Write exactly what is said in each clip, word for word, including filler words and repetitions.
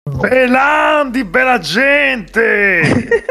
Belandi, bella gente!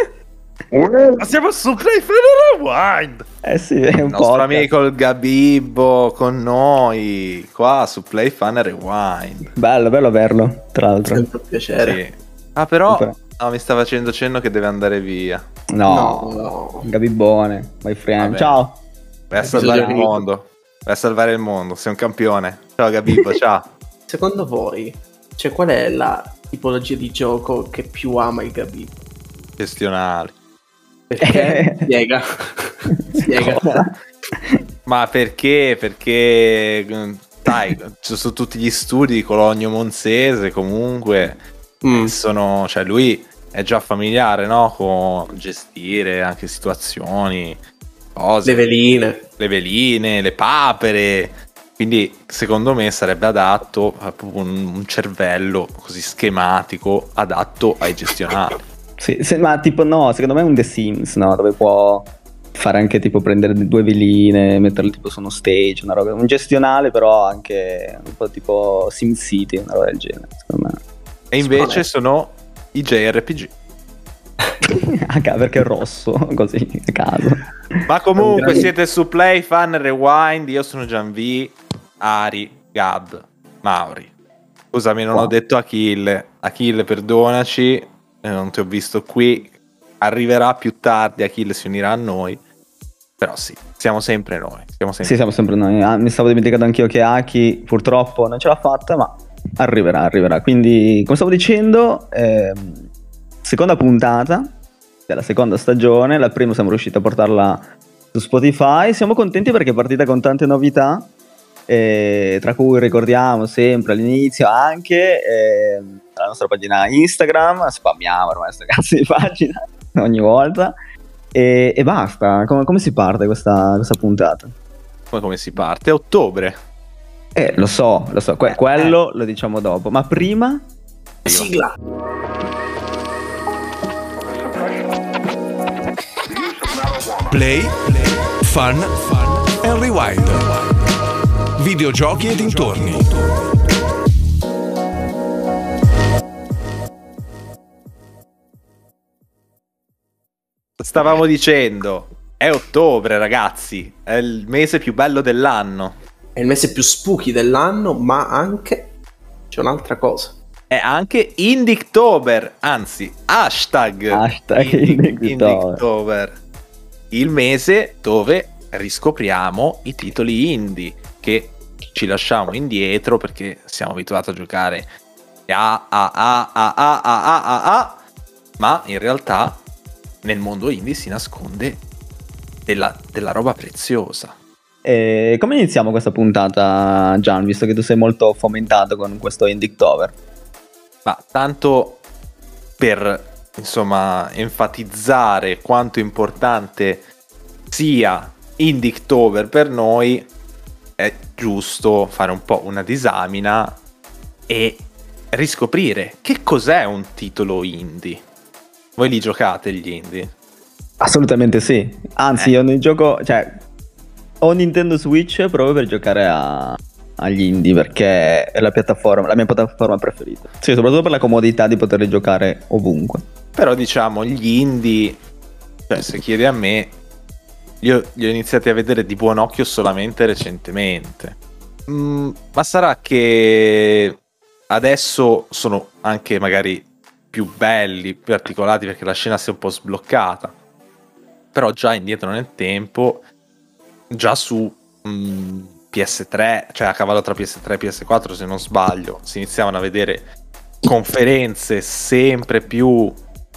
Ma siamo su Play Fun Rewind! Eh sì, è un Il nostro podcast. amico il Gabibbo con noi qua su Play Fun Rewind. Bello, bello averlo, tra l'altro. Sempre un piacere. Sì. Ah, però Però- ah, mi sta facendo cenno che deve andare via. No, No. Gabibbone, my friend. Vabbè. Ciao. Vai a Episodio salvare il finito. mondo. Vai a salvare il mondo. Sei un campione. Ciao Gabibbo, ciao. Secondo voi, cioè, qual è la tipologia di gioco che più ama il Gabib? Gestionali. Perché? Spiega. Spiega. Cosa? Ma perché? Perché dai, ci sono tutti gli studi di Cologno Monzese comunque. Mm. Sono, cioè lui è già familiare, no? Con gestire anche situazioni, cose, Le veline. le veline, le papere. Quindi secondo me sarebbe adatto a proprio un, un cervello così schematico, adatto ai gestionali. Sì, se- ma tipo no, secondo me è un The Sims, no? Dove può fare anche tipo prendere due veline, metterle tipo su uno stage, una roba, un gestionale però anche un po' tipo SimCity, una roba del genere, secondo me. E invece sono i J R P G. Ah, perché è rosso, così, a caso. Ma comunque Grande- siete su Play Fun Rewind. Io sono Gianvi, Ari, Gab, Mauri. Scusami, non Wow. ho detto Achille. Achille, perdonaci, eh, non ti ho visto qui. Arriverà più tardi. Achille si unirà a noi. Però sì, siamo sempre noi. Siamo sempre Sì, siamo sempre noi. Ah, mi stavo dimenticando anch'io che Aki purtroppo non ce l'ha fatta, ma arriverà, arriverà. Quindi, come stavo dicendo, ehm, seconda puntata della seconda stagione. La prima siamo riusciti a portarla su Spotify. Siamo contenti perché è partita con tante novità, eh, tra cui ricordiamo sempre all'inizio anche ehm, la nostra pagina Instagram. Spammiamo ormai questa cazzo di pagina ogni volta. E, e basta. Com- come si parte questa, questa puntata? come, come si parte. È ottobre. Eh, lo so, lo so, que- Eh, quello lo diciamo dopo, ma prima Sigla. Play, Fun, and Rewind. Videogiochi e dintorni. Stavamo dicendo, è ottobre, ragazzi. È il mese più bello dell'anno. È il mese più spooky dell'anno, ma anche c'è un'altra cosa. È anche Indictober, anzi, hashtag, Hashtag Indic- Indictober. Indictober. Il mese dove riscopriamo i titoli indie che ci lasciamo indietro perché siamo abituati a giocare a a a a a a a a a, ma in realtà nel mondo indie si nasconde della, della roba preziosa. eh, come iniziamo questa puntata, Gian, visto che tu sei molto fomentato con questo Indictober? Ma tanto per insomma enfatizzare quanto importante sia Indictober per noi, è giusto fare un po' una disamina e riscoprire che cos'è un titolo indie. Voi li giocate gli indie? Assolutamente sì. Anzi, Eh. io ne gioco, cioè, ho Nintendo Switch proprio per giocare a- agli indie, perché è la piattaforma, la mia piattaforma preferita. Sì, soprattutto per la comodità di poterli giocare ovunque. Però diciamo gli indie, cioè se chiedi a me, io li ho iniziati a vedere di buon occhio solamente recentemente. Mm, ma sarà che adesso sono anche magari più belli, più articolati perché la scena si è un po' sbloccata. Però già indietro nel tempo, già su mm, P S tre, cioè a cavallo tra P S tre e P S quattro se non sbaglio, si iniziavano a vedere conferenze sempre più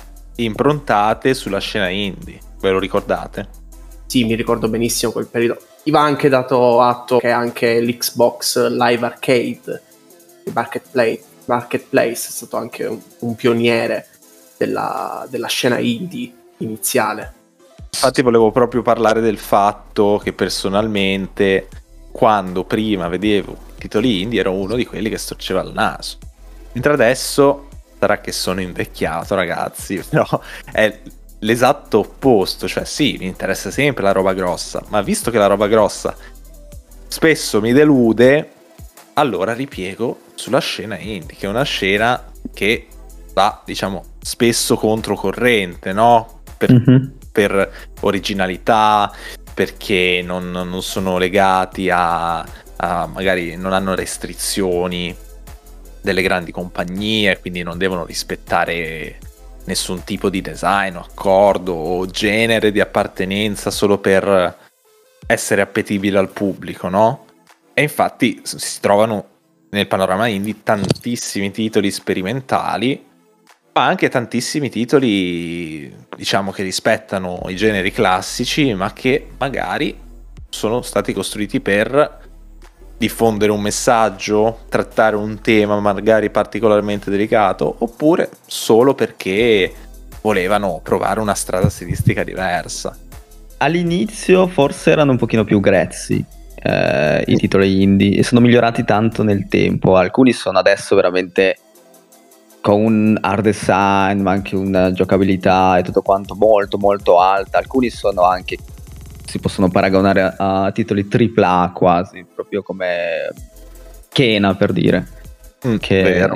improntate sulla scena indie. Ve lo ricordate? Sì, mi ricordo benissimo quel periodo. Gli va anche dato atto che anche l'Xbox Live Arcade, il marketplace, marketplace è stato anche un, un pioniere della, della scena indie iniziale. Infatti volevo proprio parlare del fatto che personalmente quando prima vedevo titoli indie ero uno di quelli che storceva il naso. Mentre adesso sarà che sono invecchiato, ragazzi, però è l'esatto opposto, cioè sì, mi interessa sempre la roba grossa, ma visto che la roba grossa spesso mi delude, allora ripiego sulla scena indie, che è una scena che va, diciamo, spesso controcorrente, no? Per, mm-hmm. per originalità, perché non, non sono legati a, a magari non hanno restrizioni delle grandi compagnie, quindi non devono rispettare nessun tipo di design o accordo o genere di appartenenza solo per essere appetibile al pubblico, no? E infatti si trovano nel panorama indie tantissimi titoli sperimentali, ma anche tantissimi titoli, diciamo, che rispettano i generi classici, ma che magari sono stati costruiti per diffondere un messaggio, trattare un tema magari particolarmente delicato, oppure solo perché volevano provare una strada stilistica diversa. All'inizio forse erano un pochino più grezzi eh, i titoli indie e sono migliorati tanto nel tempo. Alcuni sono adesso veramente con un art design, ma anche una giocabilità e tutto quanto molto molto alta. Alcuni sono anche, si possono paragonare a, a titoli tripla A quasi, proprio come Kena, per dire. Mm, che, vero.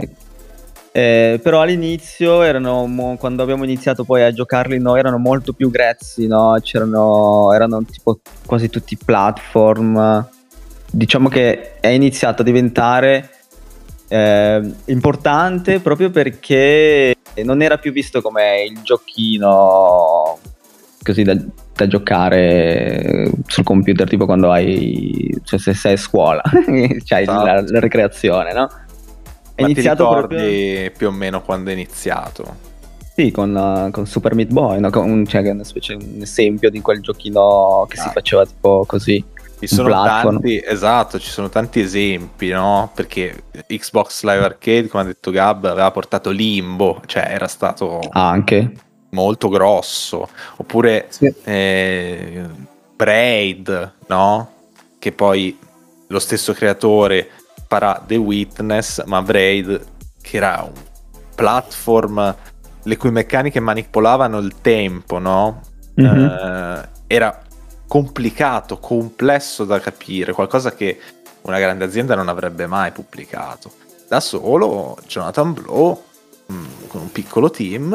Eh, però all'inizio erano, quando abbiamo iniziato poi a giocarli noi, erano molto più grezzi, no? C'erano, erano tipo quasi tutti platform. Diciamo che è iniziato a diventare eh, importante proprio perché non era più visto come il giochino così da, da giocare sul computer, tipo quando hai, cioè se sei a scuola c'hai esatto. la, la ricreazione, no? È Ma iniziato ti ricordi proprio più o meno quando è iniziato? Sì, con, uh, con Super Meat Boy, no? Con, cioè, una specie, un esempio di quel giochino che ah. si faceva tipo così. Ci sono tanti, esatto, ci sono tanti esempi, no? Perché Xbox Live Arcade, come ha detto Gab, aveva portato Limbo, cioè era stato anche molto grosso. Oppure sì. eh, Braid, no? Che poi lo stesso creatore farà The Witness, ma Braid, che era un platform le cui meccaniche manipolavano il tempo, no? Mm-hmm. Eh, era complicato, complesso da capire, qualcosa che una grande azienda non avrebbe mai pubblicato. Da solo Jonathan Blow, mh, con un piccolo team,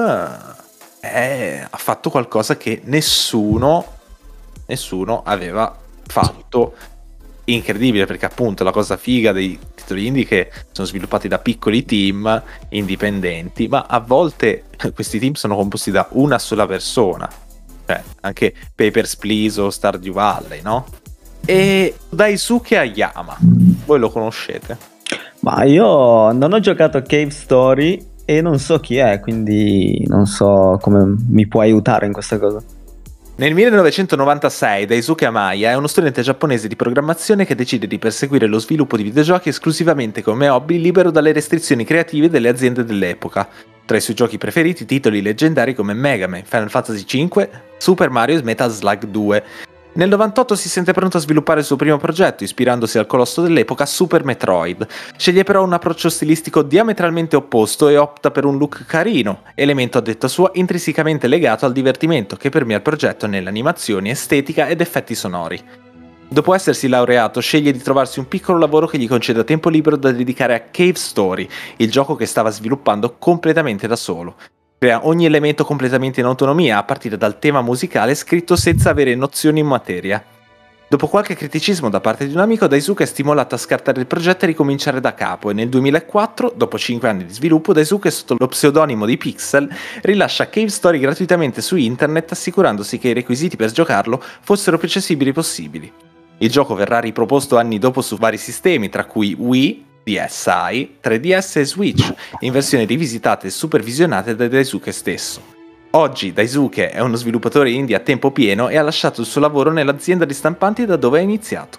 eh, ha fatto qualcosa che nessuno, nessuno aveva fatto. Incredibile, perché appunto la cosa figa dei titoli indie che sono sviluppati da piccoli team indipendenti, ma a volte questi team sono composti da una sola persona, cioè anche Papers, Please o Stardew Valley, no? E Daisuke Ayama, voi lo conoscete? Ma io non ho giocato a Cave Story e non so chi è, quindi non so come mi può aiutare in questa cosa. Nel millenovecentonovantasei Daisuke Amaya è uno studente giapponese di programmazione che decide di perseguire lo sviluppo di videogiochi esclusivamente come hobby, libero dalle restrizioni creative delle aziende dell'epoca. Tra i suoi giochi preferiti titoli leggendari come Mega Man, Final Fantasy cinque, Super Mario e Metal Slug due. Nel novantotto si sente pronto a sviluppare il suo primo progetto, ispirandosi al colosso dell'epoca Super Metroid. Sceglie però un approccio stilistico diametralmente opposto e opta per un look carino, elemento a detta sua intrinsecamente legato al divertimento che permea il progetto nelle animazioni, estetica ed effetti sonori. Dopo essersi laureato, sceglie di trovarsi un piccolo lavoro che gli conceda tempo libero da dedicare a Cave Story, il gioco che stava sviluppando completamente da solo. Crea ogni elemento completamente in autonomia, a partire dal tema musicale scritto senza avere nozioni in materia. Dopo qualche criticismo da parte di un amico, Daisuke è stimolato a scartare il progetto e ricominciare da capo, e nel duemilaquattro, dopo cinque anni di sviluppo, Daisuke, sotto lo pseudonimo di Pixel, rilascia Cave Story gratuitamente su internet, assicurandosi che i requisiti per giocarlo fossero più accessibili possibili. Il gioco verrà riproposto anni dopo su vari sistemi, tra cui Wii, D S i, tre D S e Switch, in versioni rivisitate e supervisionate da Daisuke stesso. Oggi Daisuke è uno sviluppatore indie a tempo pieno e ha lasciato il suo lavoro nell'azienda di stampanti da dove ha iniziato.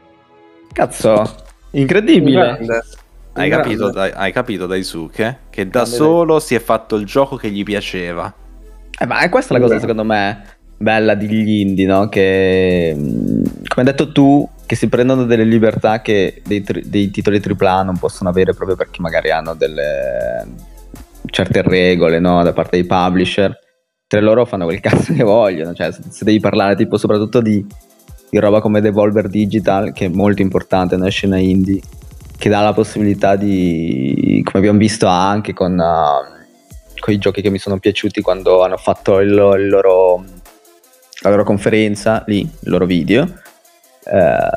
Cazzo, incredibile! Hai capito, dai, hai capito Daisuke? Che da solo si è fatto il gioco che gli piaceva. Eh, ma è questa la cosa secondo me bella degli indie, no? Che, come hai detto tu, che si prendono delle libertà che dei, tri- dei titoli tripla A non possono avere, proprio perché magari hanno delle certe regole, no? Da parte dei publisher. Tra loro fanno quel cazzo che vogliono, cioè se, se devi parlare tipo soprattutto di, di roba come Devolver Digital, che è molto importante nella scena indie, che dà la possibilità di, come abbiamo visto anche con uh, con i giochi che mi sono piaciuti quando hanno fatto il, il loro, la loro conferenza lì, il loro video. Eh,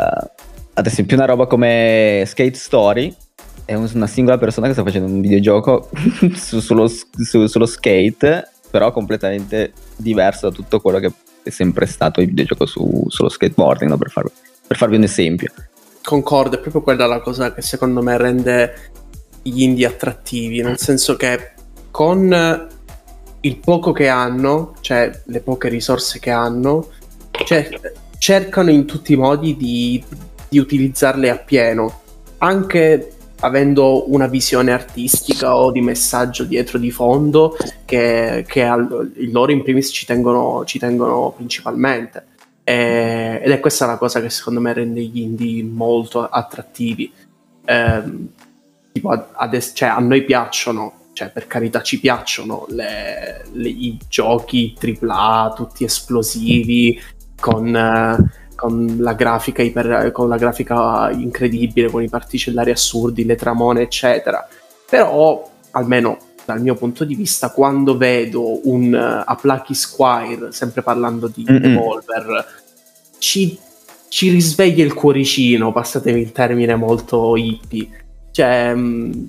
ad esempio una roba come Skate Story è un- una singola persona che sta facendo un videogioco su- sullo, su- sullo skate, però completamente diverso da tutto quello che è sempre stato il videogioco su- sullo skateboarding, no? per, farvi, per farvi un esempio. Concordo, è proprio quella la cosa che secondo me rende gli indie attrattivi, nel senso che con il poco che hanno, cioè le poche risorse che hanno, cioè, cercano in tutti i modi di, di utilizzarle appieno, anche avendo una visione artistica o di messaggio dietro di fondo che, che al, loro in primis ci tengono, ci tengono principalmente. E- ed è questa la cosa che secondo me rende gli indie molto attrattivi. Ehm, tipo ad- adesso, cioè, a noi piacciono, cioè per carità ci piacciono le- le- i giochi tripla A tutti esplosivi con, eh, con la grafica iper, con la grafica incredibile, con i particellari assurdi, le tramone eccetera. Però almeno dal mio punto di vista, quando vedo un uh, A Plucky Squire, sempre parlando di Mm-mm. Devolver, ci, ci risveglia il cuoricino, passatemi il termine molto hippie, cioè mh,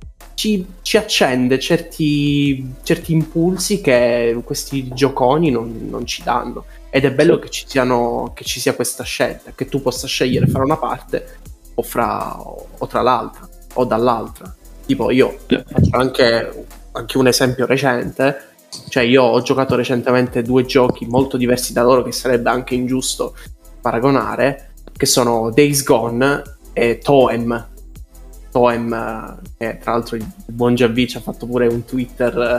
ci, ci accende certi, certi impulsi che questi gioconi non, non ci danno, ed è bello che ci siano, che ci sia questa scelta, che tu possa scegliere fra una parte o fra o tra l'altra o dall'altra. Tipo io faccio anche, anche un esempio recente, cioè io ho giocato recentemente due giochi molto diversi da loro che sarebbe anche ingiusto paragonare, che sono Days Gone e Toem. Toem, eh, che tra l'altro il buon Giavic ha fatto pure un Twitter eh,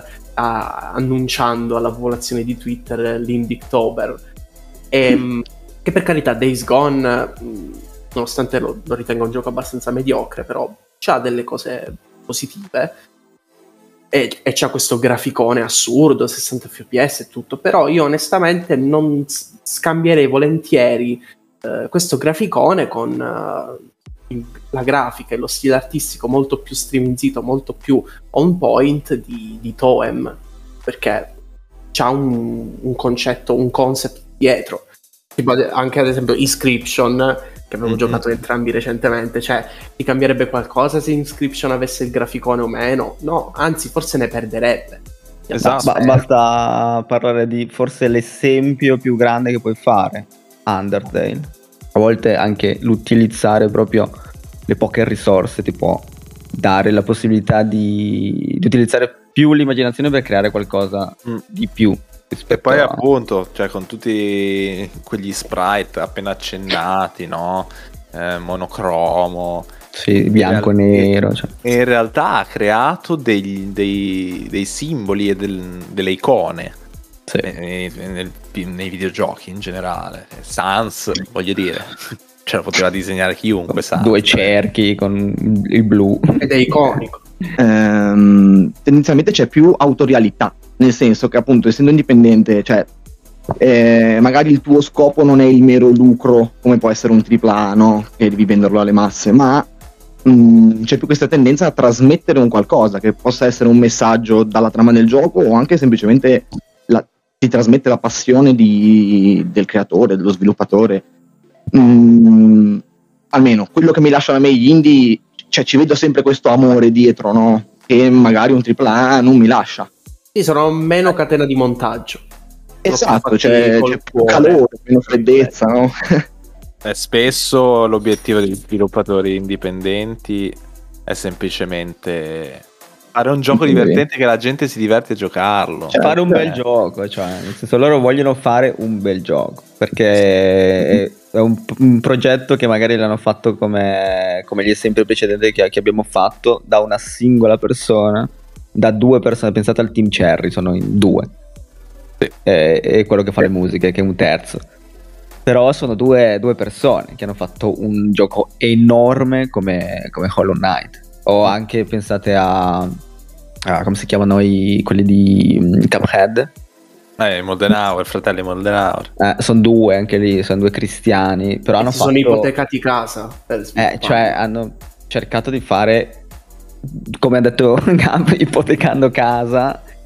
annunciando alla popolazione di Twitter eh, l'Indictober, e, mh, che per carità Days Gone, mh, nonostante lo, lo ritenga un gioco abbastanza mediocre, però c'ha delle cose positive e, e c'ha questo graficone assurdo, sessanta F P S e tutto, però io onestamente non s- scambierei volentieri eh, questo graficone con eh, il- la grafica e lo stile artistico molto più strinzito, molto più on point di, di Toem, perché c'ha un, un concetto, un concept dietro. Tipo ad- anche ad esempio Inscription, che avevo Mhm. giocato entrambi recentemente, cioè ti cambierebbe qualcosa se Inscription avesse il graficone o meno? No, anzi forse ne perderebbe. Esatto. Ba- basta parlare di forse l'esempio più grande che puoi fare, Undertale. A volte anche l'utilizzare proprio le poche risorse ti può dare la possibilità di, di utilizzare più l'immaginazione per creare qualcosa Mm. di più E rispetto poi a... appunto, cioè con tutti quegli sprite appena accennati, no? Eh, monocromo. Sì, bianco e In real- nero, cioè. E in realtà ha creato degli- dei, dei simboli e del- delle icone Sì. nei, nel- nei videogiochi in generale. Sans, voglio dire, ce la poteva disegnare chiunque. Sans. Due cerchi con il blu. Ed è iconico. Ehm, tendenzialmente c'è più autorialità, nel senso che appunto essendo indipendente, cioè eh, magari il tuo scopo non è il mero lucro come può essere un tripla A, no? Che devi venderlo alle masse, ma mh, c'è più questa tendenza a trasmettere un qualcosa che possa essere un messaggio dalla trama del gioco o anche semplicemente la, ti trasmette la passione di, del creatore, dello sviluppatore. Mh, almeno quello che mi lasciano a me gli indie, cioè ci vedo sempre questo amore dietro, no? Che magari un tripla A non mi lascia. Sì, sono meno catena di montaggio. Esatto, Fatti c'è, col c'è più cuore. calore, meno freddezza, no? Eh, spesso l'obiettivo degli sviluppatori indipendenti è semplicemente fare un gioco Sì. divertente che la gente si diverte a giocarlo. Cioè, Fare un bel eh. gioco, cioè nel senso loro vogliono fare un bel gioco perché è, è un, un progetto che magari l'hanno fatto come, come gli esempi precedenti che, che abbiamo fatto, da una singola persona, da due persone. Pensate al team Cherry, sono in due. Sì. E, e quello che fa le musiche, che è un terzo. Però sono due, due persone che hanno fatto un gioco enorme come, come Hollow Knight. O anche pensate a, a come si chiamano i, quelli di um, Cuphead. Eh, Moldenhauer, fratelli Moldenhauer. Eh, sono due anche lì, sono due cristiani. Però hanno Si fatto, sono ipotecati casa per eh, sviluppare. cioè hanno cercato di fare, come ha detto Gab, ipotecando casa,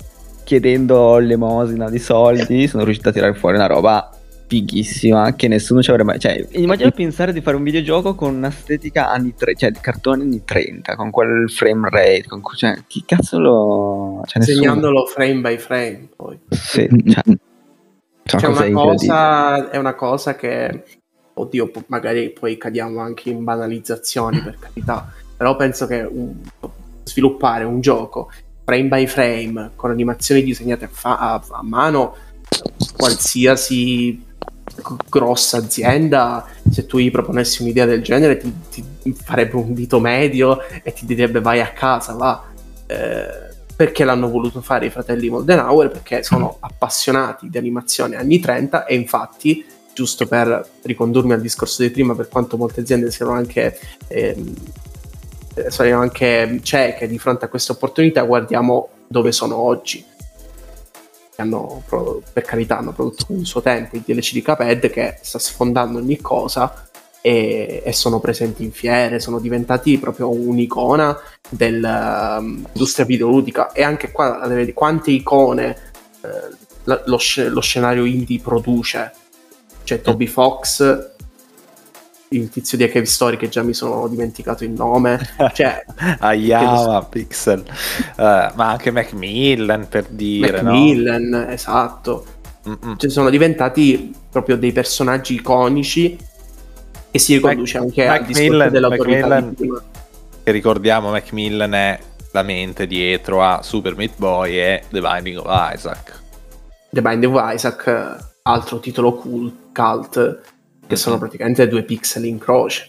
chiedendo l'emosina di soldi, sono riusciti a tirare fuori una roba fighissima che nessuno ci avrebbe mai... Cioè, immagina pensare di fare un videogioco con un'estetica anni tre, cioè cartoni anni trenta, con quel frame rate, con... cioè, chi cazzo lo... Cioè, nessuno... Segnandolo frame by frame, poi. Sì, cioè... C'è una cosa, è una cosa che, oddio, magari poi cadiamo anche in banalizzazioni, per carità, però penso che un, sviluppare un gioco frame by frame con animazioni disegnate a, fa- a, a mano, qualsiasi grossa azienda, se tu gli proponessi un'idea del genere, ti, ti farebbe un dito medio e ti direbbe vai a casa, va. Eh, perché l'hanno voluto fare i fratelli Moldenhauer? Perché sono appassionati di animazione anni trenta, e infatti, giusto per ricondurmi al discorso di prima, per quanto molte aziende siano anche ehm, sono anche cieche di fronte a questa opportunità, guardiamo dove sono oggi. Hanno, per carità, hanno prodotto con il suo tempo il D L C di Cuphead, che sta sfondando ogni cosa, e, e sono presenti in fiere, sono diventati proprio un'icona dell'industria um, videoludica. E anche qua vedi quante icone eh, lo, lo, lo scenario indie produce. C'è Toby Fox, il tizio di Cave Story, che già mi sono dimenticato il nome, cioè Ayama, Pixel, uh, ma anche Macmillan, per dire, Macmillan, no? Esatto. Cioè, sono diventati proprio dei personaggi iconici, che si riconduce Mac- anche al discorso dell'autorità Macmillan, che ricordiamo, Macmillan è la mente dietro a Super Meat Boy e The Binding of Isaac. The Binding of Isaac, altro titolo cool, cult, che sono praticamente due pixel in croce.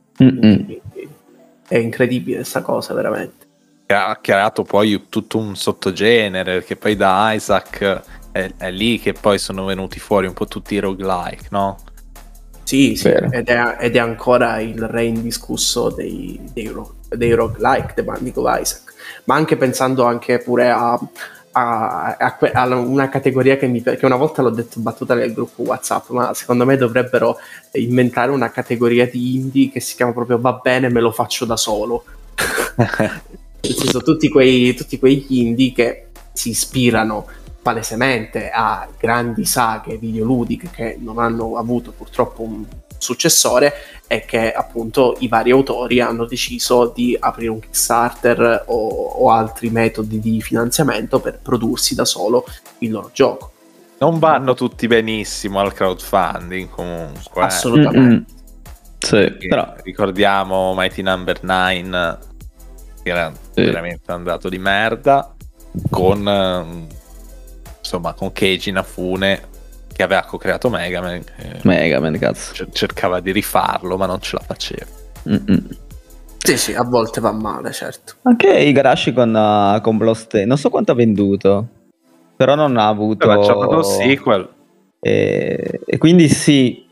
È incredibile questa cosa, veramente. Ha creato poi tutto un sottogenere, perché poi da Isaac è, è lì che poi sono venuti fuori un po' tutti i roguelike, no? Sì, sì, ed è, ed è ancora il re indiscusso dei, dei, dei roguelike, The Binding of Isaac. Ma anche pensando anche pure a A, a, a una categoria che, mi, che una volta l'ho detto battuta nel gruppo WhatsApp, ma secondo me dovrebbero inventare una categoria di indie che si chiama proprio va bene, me lo faccio da solo. Nel senso, tutti quei tutti quegli indie che si ispirano palesemente a grandi saghe videoludiche che non hanno avuto purtroppo un successore, e che appunto i vari autori hanno deciso di aprire un Kickstarter o, o altri metodi di finanziamento per prodursi da solo il loro gioco. Non vanno tutti benissimo al crowdfunding, comunque. Assolutamente. Sì, però ricordiamo Mighty Number nine, che era sì. veramente andato di merda, con insomma con Keiji Inafune, che aveva co-creato Mega Man, Mega Man, cazzo, cercava di rifarlo ma non ce la faceva. Mm-mm. Sì, sì, a volte va male, certo. Anche Igarashi con, uh, con Bloodstained, non so quanto ha venduto, però non ha avuto... Beh, c'ha fatto il sequel. E, e quindi sì,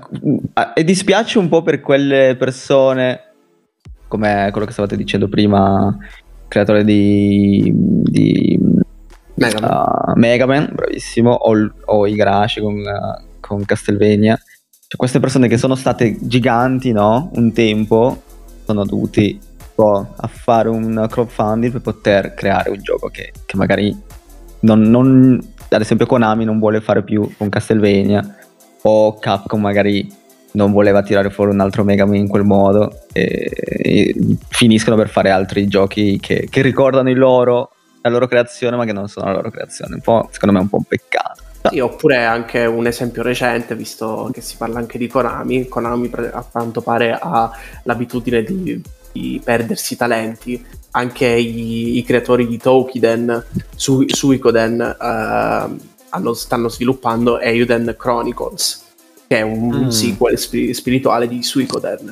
e dispiace un po' per quelle persone, come quello che stavate dicendo prima, creatore di... di Mega Man, uh, Mega Man, bravissimo, o, o Igarashi con, uh, con Castlevania. Cioè, queste persone che sono state giganti, no? Un tempo sono dovuti un po' a fare un crowdfunding per poter creare un gioco che, che magari non, non, ad esempio Konami non vuole fare più con Castlevania, o Capcom magari non voleva tirare fuori un altro Mega Man in quel modo, e, e finiscono per fare altri giochi che, che ricordano il loro la loro creazione, ma che non sono la loro creazione. Un po', secondo me è un po' un peccato. Sì, oppure anche un esempio recente, visto che si parla anche di Konami. Konami a quanto pare ha l'abitudine di, di perdersi talenti. Anche i, i creatori di Toukiden, su, Suikoden, eh, hanno, stanno sviluppando Eiyuden Chronicles, che è un, mm. un sequel sp- spirituale di Suikoden.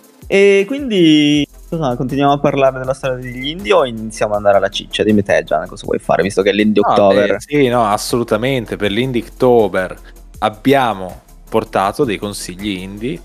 E quindi cosa, continuiamo a parlare della storia degli indie o iniziamo ad andare alla ciccia? Dimmi te, Gian, cosa vuoi fare, visto che è l'Indie no, October. Beh, sì, no, assolutamente. Per l'Indie October abbiamo portato dei consigli indie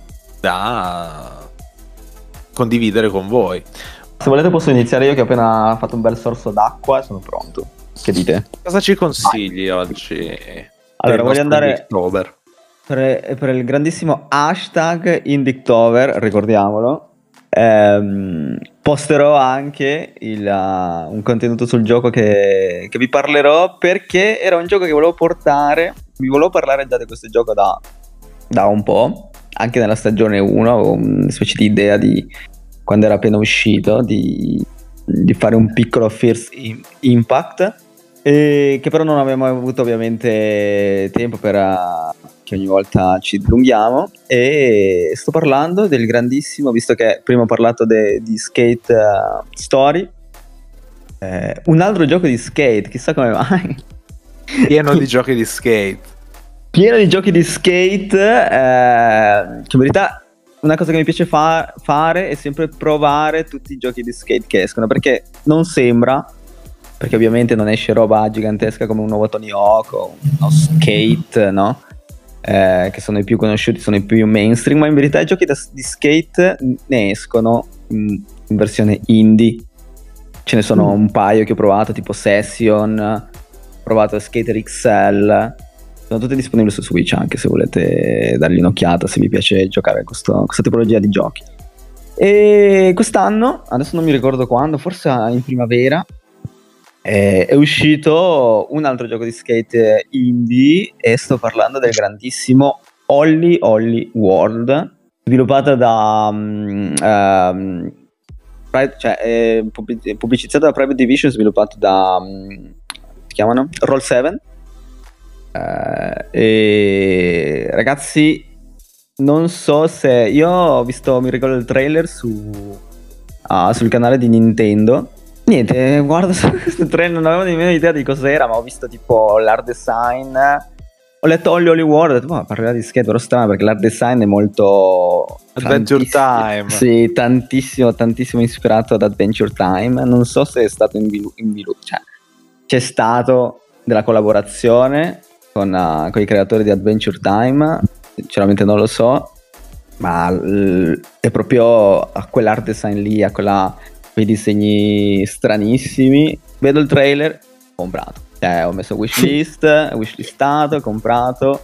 da condividere con voi. Se volete posso iniziare io, che ho appena fatto un bel sorso d'acqua e sono pronto. Che dite? Cosa ci consigli Vai. oggi? Allora, voglio andare per, per il grandissimo hashtag Indie October, ricordiamolo, Ehm, posterò anche il, uh, un contenuto sul gioco che, che vi parlerò, perché era un gioco che volevo portare. Vi volevo parlare già di questo gioco da, da un po', anche nella stagione uno, avevo una specie di idea di quando era appena uscito di, di fare un piccolo first impact, e che però non abbiamo avuto ovviamente tempo per uh, che ogni volta ci dilunghiamo. E sto parlando del grandissimo, visto che prima ho parlato de, di Skate uh, Story, eh, un altro gioco di skate, chissà come mai, pieno di giochi di skate, pieno di giochi di skate, eh, che in verità una cosa che mi piace fa- fare è sempre provare tutti i giochi di skate che escono, perché non sembra, perché ovviamente non esce roba gigantesca come un nuovo Tony Hawk o uno Skate, no? Eh, che sono i più conosciuti, sono i più mainstream, ma in verità i giochi da, di skate ne escono in, in versione indie. Ce ne sono mm. un paio che ho provato, tipo Session, ho provato Skater X L, sono tutti disponibili su Switch, anche se volete dargli un'occhiata, se vi piace giocare a questo, questa tipologia di giochi. E quest'anno, adesso non mi ricordo quando, forse in primavera, è, è uscito un altro gioco di skate indie, e sto parlando del grandissimo Ollie Ollie World, sviluppata da um, um, cioè è pubblicizzato da Private Division, sviluppato da um, si chiamano Roll sette. Uh, e ragazzi, non so se io ho visto, mi ricordo il trailer su uh, sul canale di Nintendo. Niente, guarda questo trailer, non avevo nemmeno idea di cos'era, ma ho visto tipo l'art design, ho letto Ollie Ollie World, ho detto, ma parlerà di skate, però strano perché l'art design è molto Adventure Time. Sì, tantissimo, tantissimo ispirato ad Adventure Time. Non so se è stato in sviluppo, cioè c'è stato della collaborazione con, uh, con i creatori di Adventure Time, sinceramente non lo so, ma l- è proprio a quell'art design lì, a quella, quei disegni stranissimi. Vedo il trailer, ho comprato, cioè ho messo wishlist, wishlistato, comprato.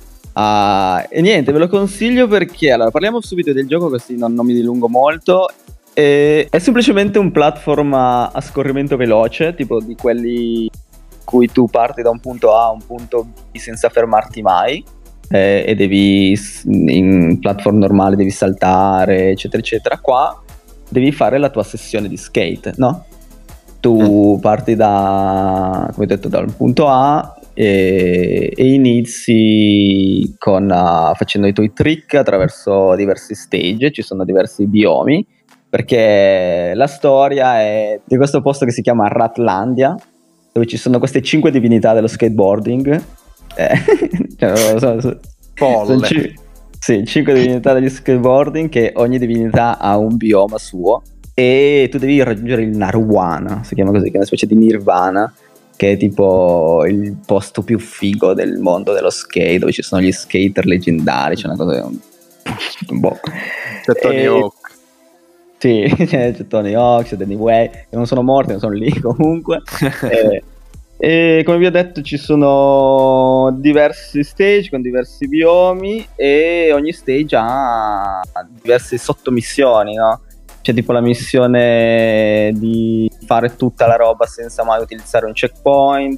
Uh, e niente, ve lo consiglio perché, allora, parliamo subito del gioco così non, non mi dilungo molto. E è semplicemente un platform a, a scorrimento veloce, tipo di quelli in cui tu parti da un punto A a un punto B senza fermarti mai, eh, e devi, in platform normale devi saltare eccetera eccetera. Qua devi fare la tua sessione di skate, no? Tu parti da, come detto, dal punto A e, e inizi con, uh, facendo i tuoi trick attraverso diversi stage. Ci sono diversi biomi, perché la storia è di questo posto che si chiama Ratlandia, dove ci sono queste cinque divinità dello skateboarding. Eh, cioè, sono, sono, sono c- sì, cinque divinità degli skateboarding, che ogni divinità ha un bioma suo, e tu devi raggiungere il Nirvana, si chiama così, che è una specie di Nirvana, che è tipo il posto più figo del mondo dello skate, dove ci sono gli skater leggendari, c'è una cosa, boh. C'è Tony e... Hawk. Sì, c'è, c'è Tony Hawk, c'è Danny Way, che non sono morti, non sono lì comunque. e, e come vi ho detto, ci sono diversi stage con diversi biomi, e ogni stage ha diverse sottomissioni, no? C'è tipo la missione di fare tutta la roba senza mai utilizzare un checkpoint,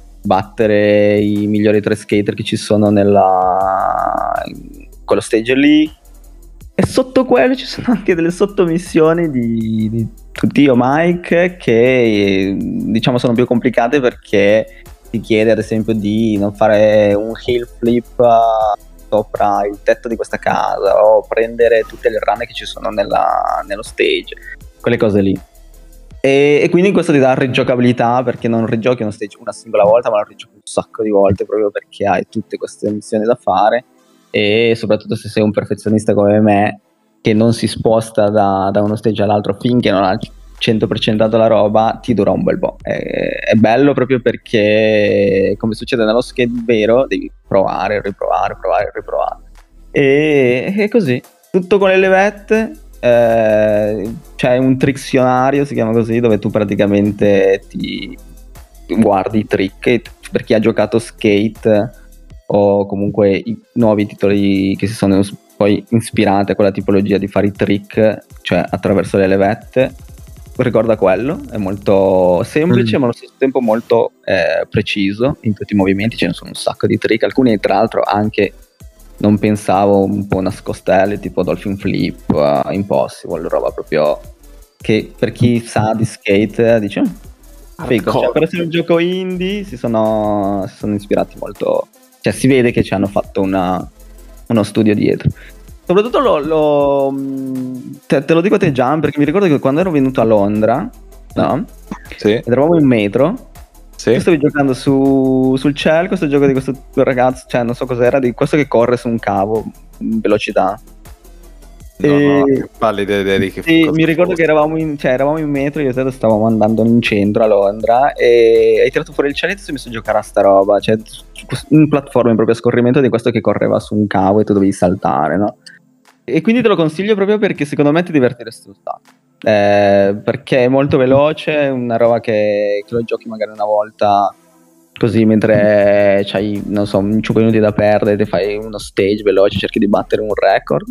battere i migliori tre skater che ci sono nella in quello stage lì. E sotto quello ci sono anche delle sottomissioni di, di tutti io Mike, che diciamo sono più complicate, perché ti chiede ad esempio di non fare un heel flip sopra il tetto di questa casa, o prendere tutte le rane che ci sono nella, nello stage, quelle cose lì. E, e quindi questo ti dà rigiocabilità, perché non rigiochi uno stage una singola volta, ma lo rigiochi un sacco di volte, proprio perché hai tutte queste missioni da fare. E soprattutto se sei un perfezionista come me, che non si sposta da, da uno stage all'altro finché non ha cento per cento la roba, ti dura un bel po'. È, è bello proprio perché, come succede nello skate vero, devi provare, riprovare, provare, riprovare. E è così, tutto con le levette. Eh, c'è un triccionario, si chiama così, dove tu praticamente ti guardi i trick. Per chi ha giocato Skate o comunque i nuovi titoli che si sono poi ispirate a quella tipologia di fare i trick, cioè attraverso le levette. Ricorda quello, è molto semplice, mm. ma allo stesso tempo molto eh, preciso in tutti i movimenti. Ce ne sono un sacco di trick, alcuni tra l'altro anche non pensavo, un po' nascostelli, tipo Dolphin Flip, uh, Impossible, roba proprio che per chi sa di skate dice figo, cioè, per essere un gioco indie si sono, si sono ispirati molto, cioè si vede che ci hanno fatto una, uno studio dietro. Soprattutto lo, lo te, te lo dico a te, Gian, perché mi ricordo che quando ero venuto a Londra, no? Sì. Ed eravamo in metro. Sì. Tu stavi giocando su, sul cielo, questo gioco di questo ragazzo, cioè non so cos'era, di questo che corre su un cavo in velocità. No, e... no, pallida idea di che sì, mi ricordo fosse. Che eravamo in, cioè, eravamo in metro, io e te stavamo andando in centro a Londra e hai tirato fuori il cielo e ti sei messo a giocare a sta roba, cioè un platform proprio a scorrimento di questo che correva su un cavo e tu dovevi saltare, no? E quindi te lo consiglio proprio perché secondo me ti divertiresti un sacco, eh, perché è molto veloce, è una roba che, che lo giochi magari una volta così mentre c'hai, non so, cinque minuti da perdere, ti fai uno stage veloce, cerchi di battere un record,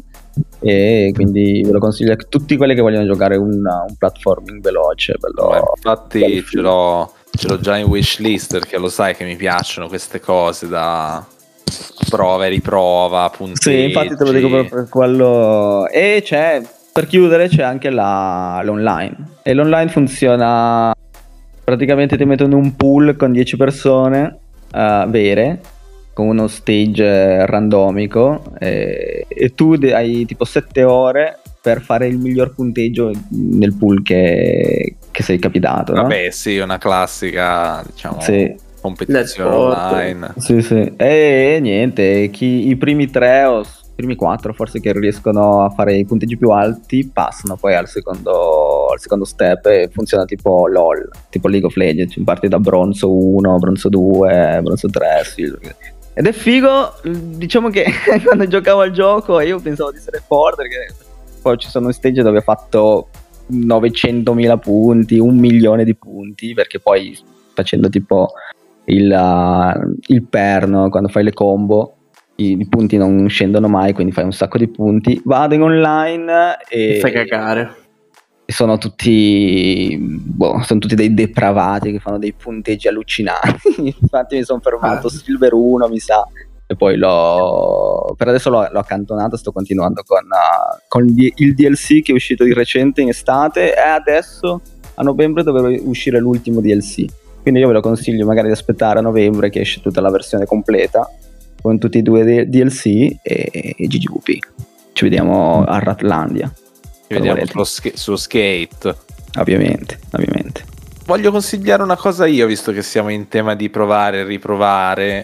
e quindi ve lo consiglio a tutti quelli che vogliono giocare una, un platforming veloce. Bello, Beh, infatti ce l'ho, ce l'ho già in wishlist, perché lo sai che mi piacciono queste cose da prova e riprova, punteggi. Sì, infatti te lo dico proprio per quello. E c'è, per chiudere, c'è anche la, l'online, e l'online funziona praticamente, ti mettono in un pool con dieci persone uh, vere, con uno stage randomico, e, e tu hai tipo sette ore per fare il miglior punteggio nel pool che, che sei capitato, no? Vabbè, sì, una classica, diciamo, sì, competizione online. Sì, sì. E niente, chi, i primi tre o i primi quattro forse che riescono a fare i punteggi più alti passano poi al secondo, al secondo step, e funziona tipo LOL, tipo League of Legends, parti da bronzo uno, bronzo due, bronzo tre, sì. Ed è figo, diciamo che quando giocavo al gioco io pensavo di essere forte, perché poi ci sono stage dove ho fatto novecentomila punti, un milione di punti, perché poi facendo tipo il, uh, il perno, quando fai le combo i, i punti non scendono mai, quindi fai un sacco di punti. Vado in online e fai cagare. Sono tutti boh, sono tutti dei depravati che fanno dei punteggi allucinanti. Infatti mi sono fermato ah. Silver uno mi sa, e poi l'ho per adesso l'ho, l'ho accantonato, sto continuando con, uh, con il D L C che è uscito di recente in estate, e adesso a novembre dovrebbe uscire l'ultimo D L C, quindi io ve lo consiglio magari di aspettare a novembre che esce tutta la versione completa con tutti i due D L C, e, e G G V P, ci vediamo a Ratlandia. Ci vediamo sullo, sk- sullo skate. Ovviamente, ovviamente. Voglio consigliare una cosa io, visto che siamo in tema di provare e riprovare.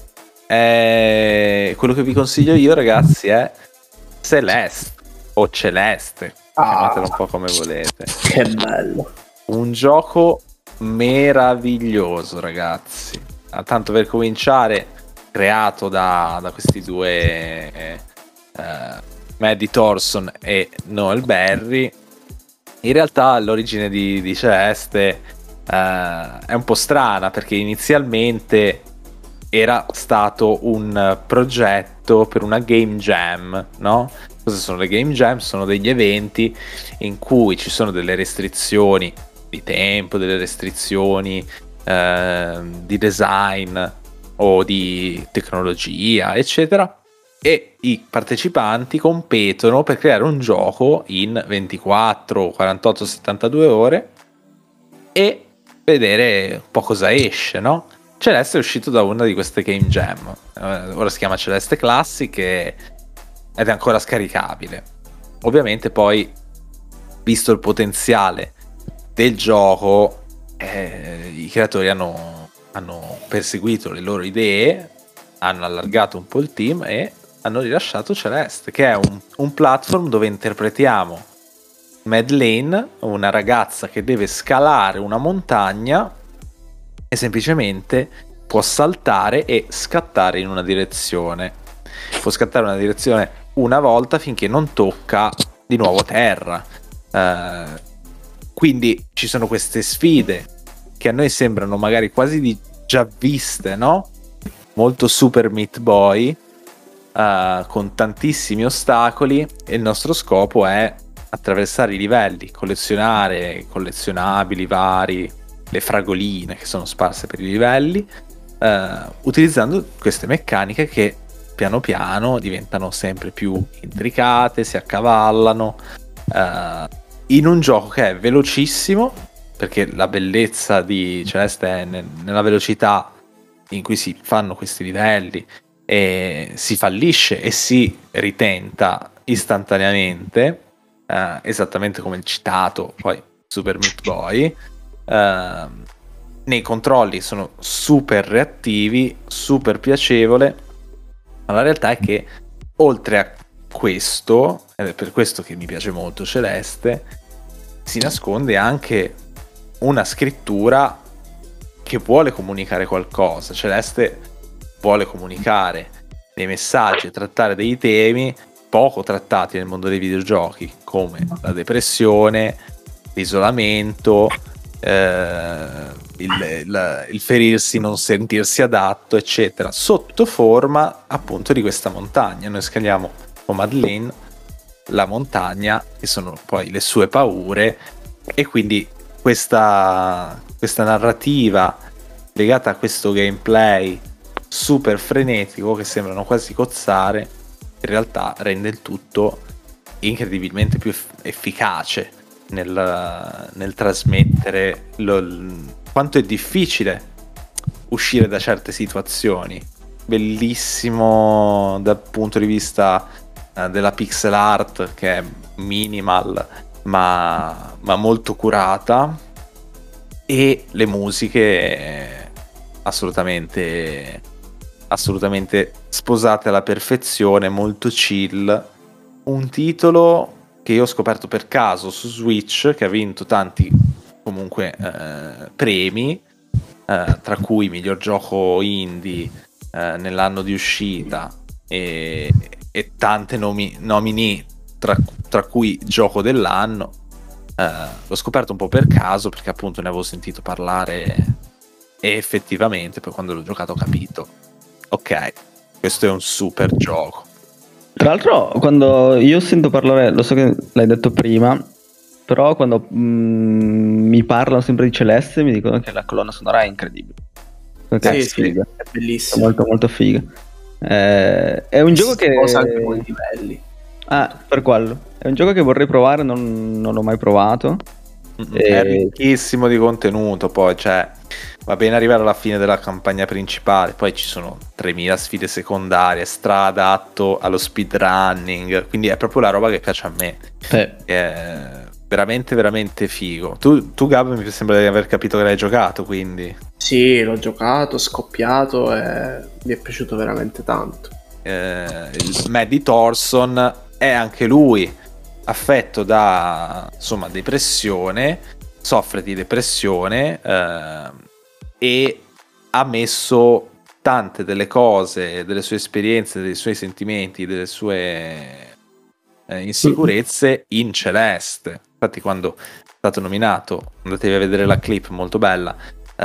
Eh, quello che vi consiglio io, ragazzi, è Celeste o Celeste, ah, chiamatelo un po' come volete. Che bello. Un gioco meraviglioso, ragazzi. Ah, tanto per cominciare, creato da, da questi due... Eh, eh, Maddie Thorson e Noel Barry. In realtà l'origine di, di Celeste uh, è un po' strana, perché inizialmente era stato un progetto per una game jam, no? Cosa sono le game jam? Sono degli eventi in cui ci sono delle restrizioni di tempo, delle restrizioni uh, di design o di tecnologia, eccetera, e i partecipanti competono per creare un gioco in ventiquattro, quarantotto, settantadue ore e vedere un po' cosa esce, no? Celeste è uscito da una di queste game jam, ora si chiama Celeste Classic e... ed è ancora scaricabile. Ovviamente poi, visto il potenziale del gioco, eh, i creatori hanno, hanno perseguito le loro idee, hanno allargato un po' il team e hanno rilasciato Celeste, che è un, un platform dove interpretiamo Madeleine, una ragazza che deve scalare una montagna e semplicemente può saltare e scattare in una direzione. Può scattare in una direzione una volta finché non tocca di nuovo terra. Uh, quindi ci sono queste sfide che a noi sembrano magari quasi di già viste, no? Molto Super Meat Boy, uh, con tantissimi ostacoli, e il nostro scopo è attraversare i livelli, collezionare collezionabili vari, le fragoline che sono sparse per i livelli, uh, utilizzando queste meccaniche che piano piano diventano sempre più intricate, si accavallano, uh, in un gioco che è velocissimo, perché la bellezza di Celeste è ne- nella velocità in cui si fanno questi livelli, e si fallisce e si ritenta istantaneamente, uh, esattamente come il citato poi Super Meat Boy. Uh, nei controlli sono super reattivi, super piacevole, ma la realtà è che oltre a questo, ed è per questo che mi piace molto Celeste, si nasconde anche una scrittura che vuole comunicare qualcosa. Celeste vuole comunicare dei messaggi, trattare dei temi poco trattati nel mondo dei videogiochi, come la depressione, l'isolamento, eh, il, il, il ferirsi, non sentirsi adatto, eccetera, sotto forma appunto di questa montagna. Noi scaliamo con Madeleine la montagna, che sono poi le sue paure, e quindi questa, questa narrativa legata a questo gameplay super frenetico, che sembrano quasi cozzare, in realtà rende il tutto incredibilmente più eff- efficace nel, nel trasmettere lo, l- quanto è difficile uscire da certe situazioni. Bellissimo dal punto di vista uh, della pixel art, che è minimal ma, ma molto curata, e le musiche assolutamente assolutamente sposate alla perfezione, molto chill. Un titolo che io ho scoperto per caso su Switch, che ha vinto tanti comunque eh, premi, eh, tra cui miglior gioco indie eh, nell'anno di uscita, e, e tante nomi, nomini tra, tra cui gioco dell'anno. Eh, l'ho scoperto un po' per caso, perché appunto ne avevo sentito parlare, e effettivamente poi quando l'ho giocato ho capito, ok, questo è un super gioco. Tra l'altro, quando io sento parlare, lo so che l'hai detto prima, però quando mm, mi parlano sempre di Celeste mi dicono che la colonna sonora è incredibile. Perché sì, è figa, sì, è è bellissimo. molto molto figa. Eh, è un gioco che sposa anche con i livelli. Ah, per quello. È un gioco che vorrei provare, non, non l'ho mai provato. E... è ricchissimo di contenuto, poi cioè va bene arrivare alla fine della campagna principale, poi ci sono tremila sfide secondarie, stra-adatto allo speedrunning, quindi è proprio la roba che piace a me. Eh. È veramente veramente figo. Tu, tu Gab, mi sembra di aver capito che l'hai giocato, quindi sì, l'ho giocato, scoppiato, e mi è piaciuto veramente tanto. Eh, il Maddie Thorson è anche lui affetto da, insomma, depressione, soffre di depressione, eh, e ha messo tante delle cose, delle sue esperienze, dei suoi sentimenti, delle sue eh, insicurezze in Celeste. Infatti quando è stato nominato, andatevi a vedere la clip, molto bella,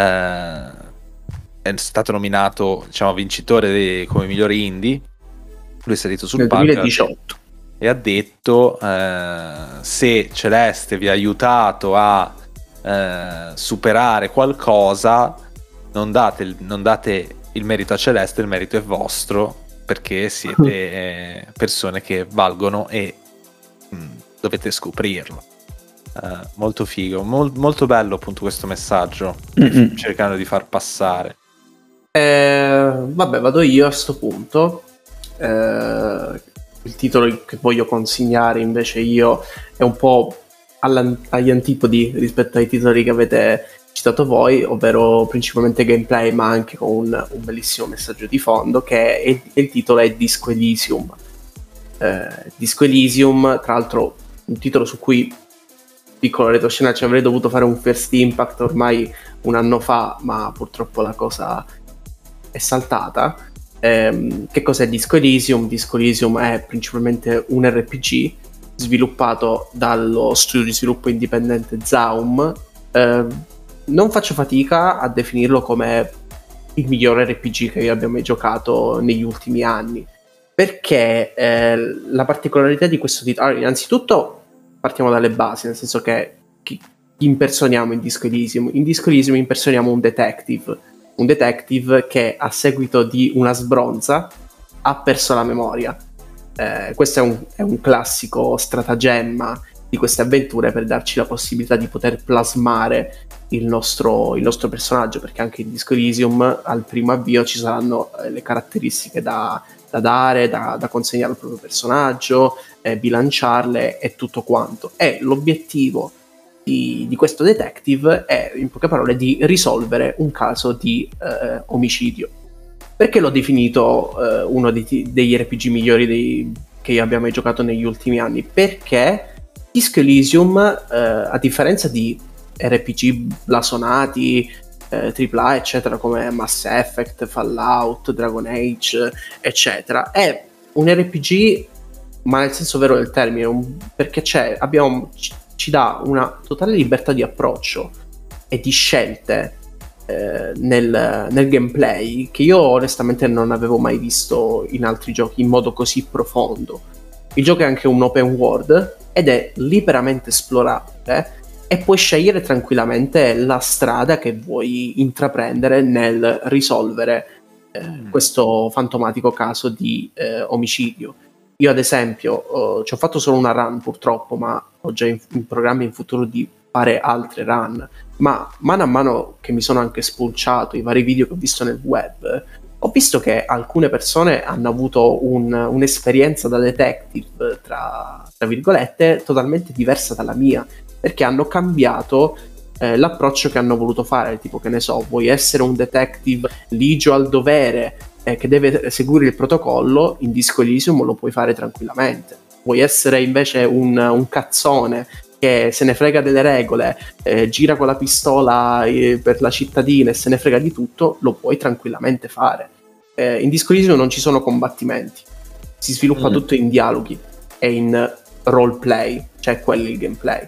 eh, è stato nominato, diciamo, vincitore di, come migliore indie. Lui è salito sul nel palco duemiladiciotto e ha detto eh, se Celeste vi ha aiutato a eh, superare qualcosa, non date, non date il merito a Celeste, il merito è vostro, perché siete eh, persone che valgono e mh, dovete scoprirlo. Eh, molto figo, mol, molto bello appunto questo messaggio che cercano di far passare. Eh, vabbè, vado io a sto punto. Eh, il titolo che voglio consegnare invece io è un po' alla, agli antipodi rispetto ai titoli che avete citato voi, ovvero principalmente gameplay, ma anche con un, un bellissimo messaggio di fondo, che è, è, il titolo è Disco Elysium. Eh, Disco Elysium, tra l'altro un titolo su cui, piccolo retroscena, ci avrei dovuto fare un first impact ormai un anno fa, ma purtroppo la cosa è saltata. Eh, che cos'è Disco Elysium? Disco Elysium è principalmente un R P G sviluppato dallo studio di sviluppo indipendente Zaum. Eh, non faccio fatica a definirlo come il migliore R P G che io abbia mai giocato negli ultimi anni, perché eh, la particolarità di questo titolo, allora, innanzitutto partiamo dalle basi, nel senso che chi, chi impersoniamo in Disco Elysium? In Disco Elysium impersoniamo un detective, un detective che a seguito di una sbronza ha perso la memoria. Eh, questo è un, è un classico stratagemma di queste avventure per darci la possibilità di poter plasmare il nostro, il nostro personaggio, perché anche in Disco Elysium al primo avvio ci saranno eh, le caratteristiche da, da dare, da, da consegnare al proprio personaggio, eh, bilanciarle e tutto quanto. E l'obiettivo di, di questo detective è, in poche parole, di risolvere un caso di eh, omicidio. Perché l'ho definito eh, uno dei, degli R P G migliori dei, che io abbia mai giocato negli ultimi anni? Perché Disco Elysium, eh, a differenza di R P G blasonati, eh, tripla A eccetera, come Mass Effect, Fallout, Dragon Age eccetera, è un R P G ma nel senso vero del termine, un, perché c'è, abbiamo, ci, ci dà una totale libertà di approccio e di scelte eh, nel, nel gameplay che io onestamente non avevo mai visto in altri giochi in modo così profondo. Il gioco è anche un open world ed è liberamente esplorabile e puoi scegliere tranquillamente la strada che vuoi intraprendere nel risolvere eh, mm. questo fantomatico caso di eh, omicidio. Io ad esempio oh, ci ho fatto solo una run purtroppo, ma ho già in, in programma in futuro di fare altre run, ma mano a mano che mi sono anche spulciato i vari video che ho visto nel web, ho visto che alcune persone hanno avuto un, un'esperienza da detective, tra, tra virgolette, totalmente diversa dalla mia, perché hanno cambiato eh, l'approccio che hanno voluto fare, tipo, che ne so, vuoi essere un detective ligio al dovere eh, che deve seguire il protocollo, in Disco Elysium lo puoi fare tranquillamente. Vuoi essere invece un, un cazzone che se ne frega delle regole, eh, gira con la pistola eh, per la cittadina e se ne frega di tutto, lo puoi tranquillamente fare. Eh, in Disco Elysium non ci sono combattimenti, si sviluppa mm. tutto in dialoghi e in roleplay, cioè quello è il gameplay.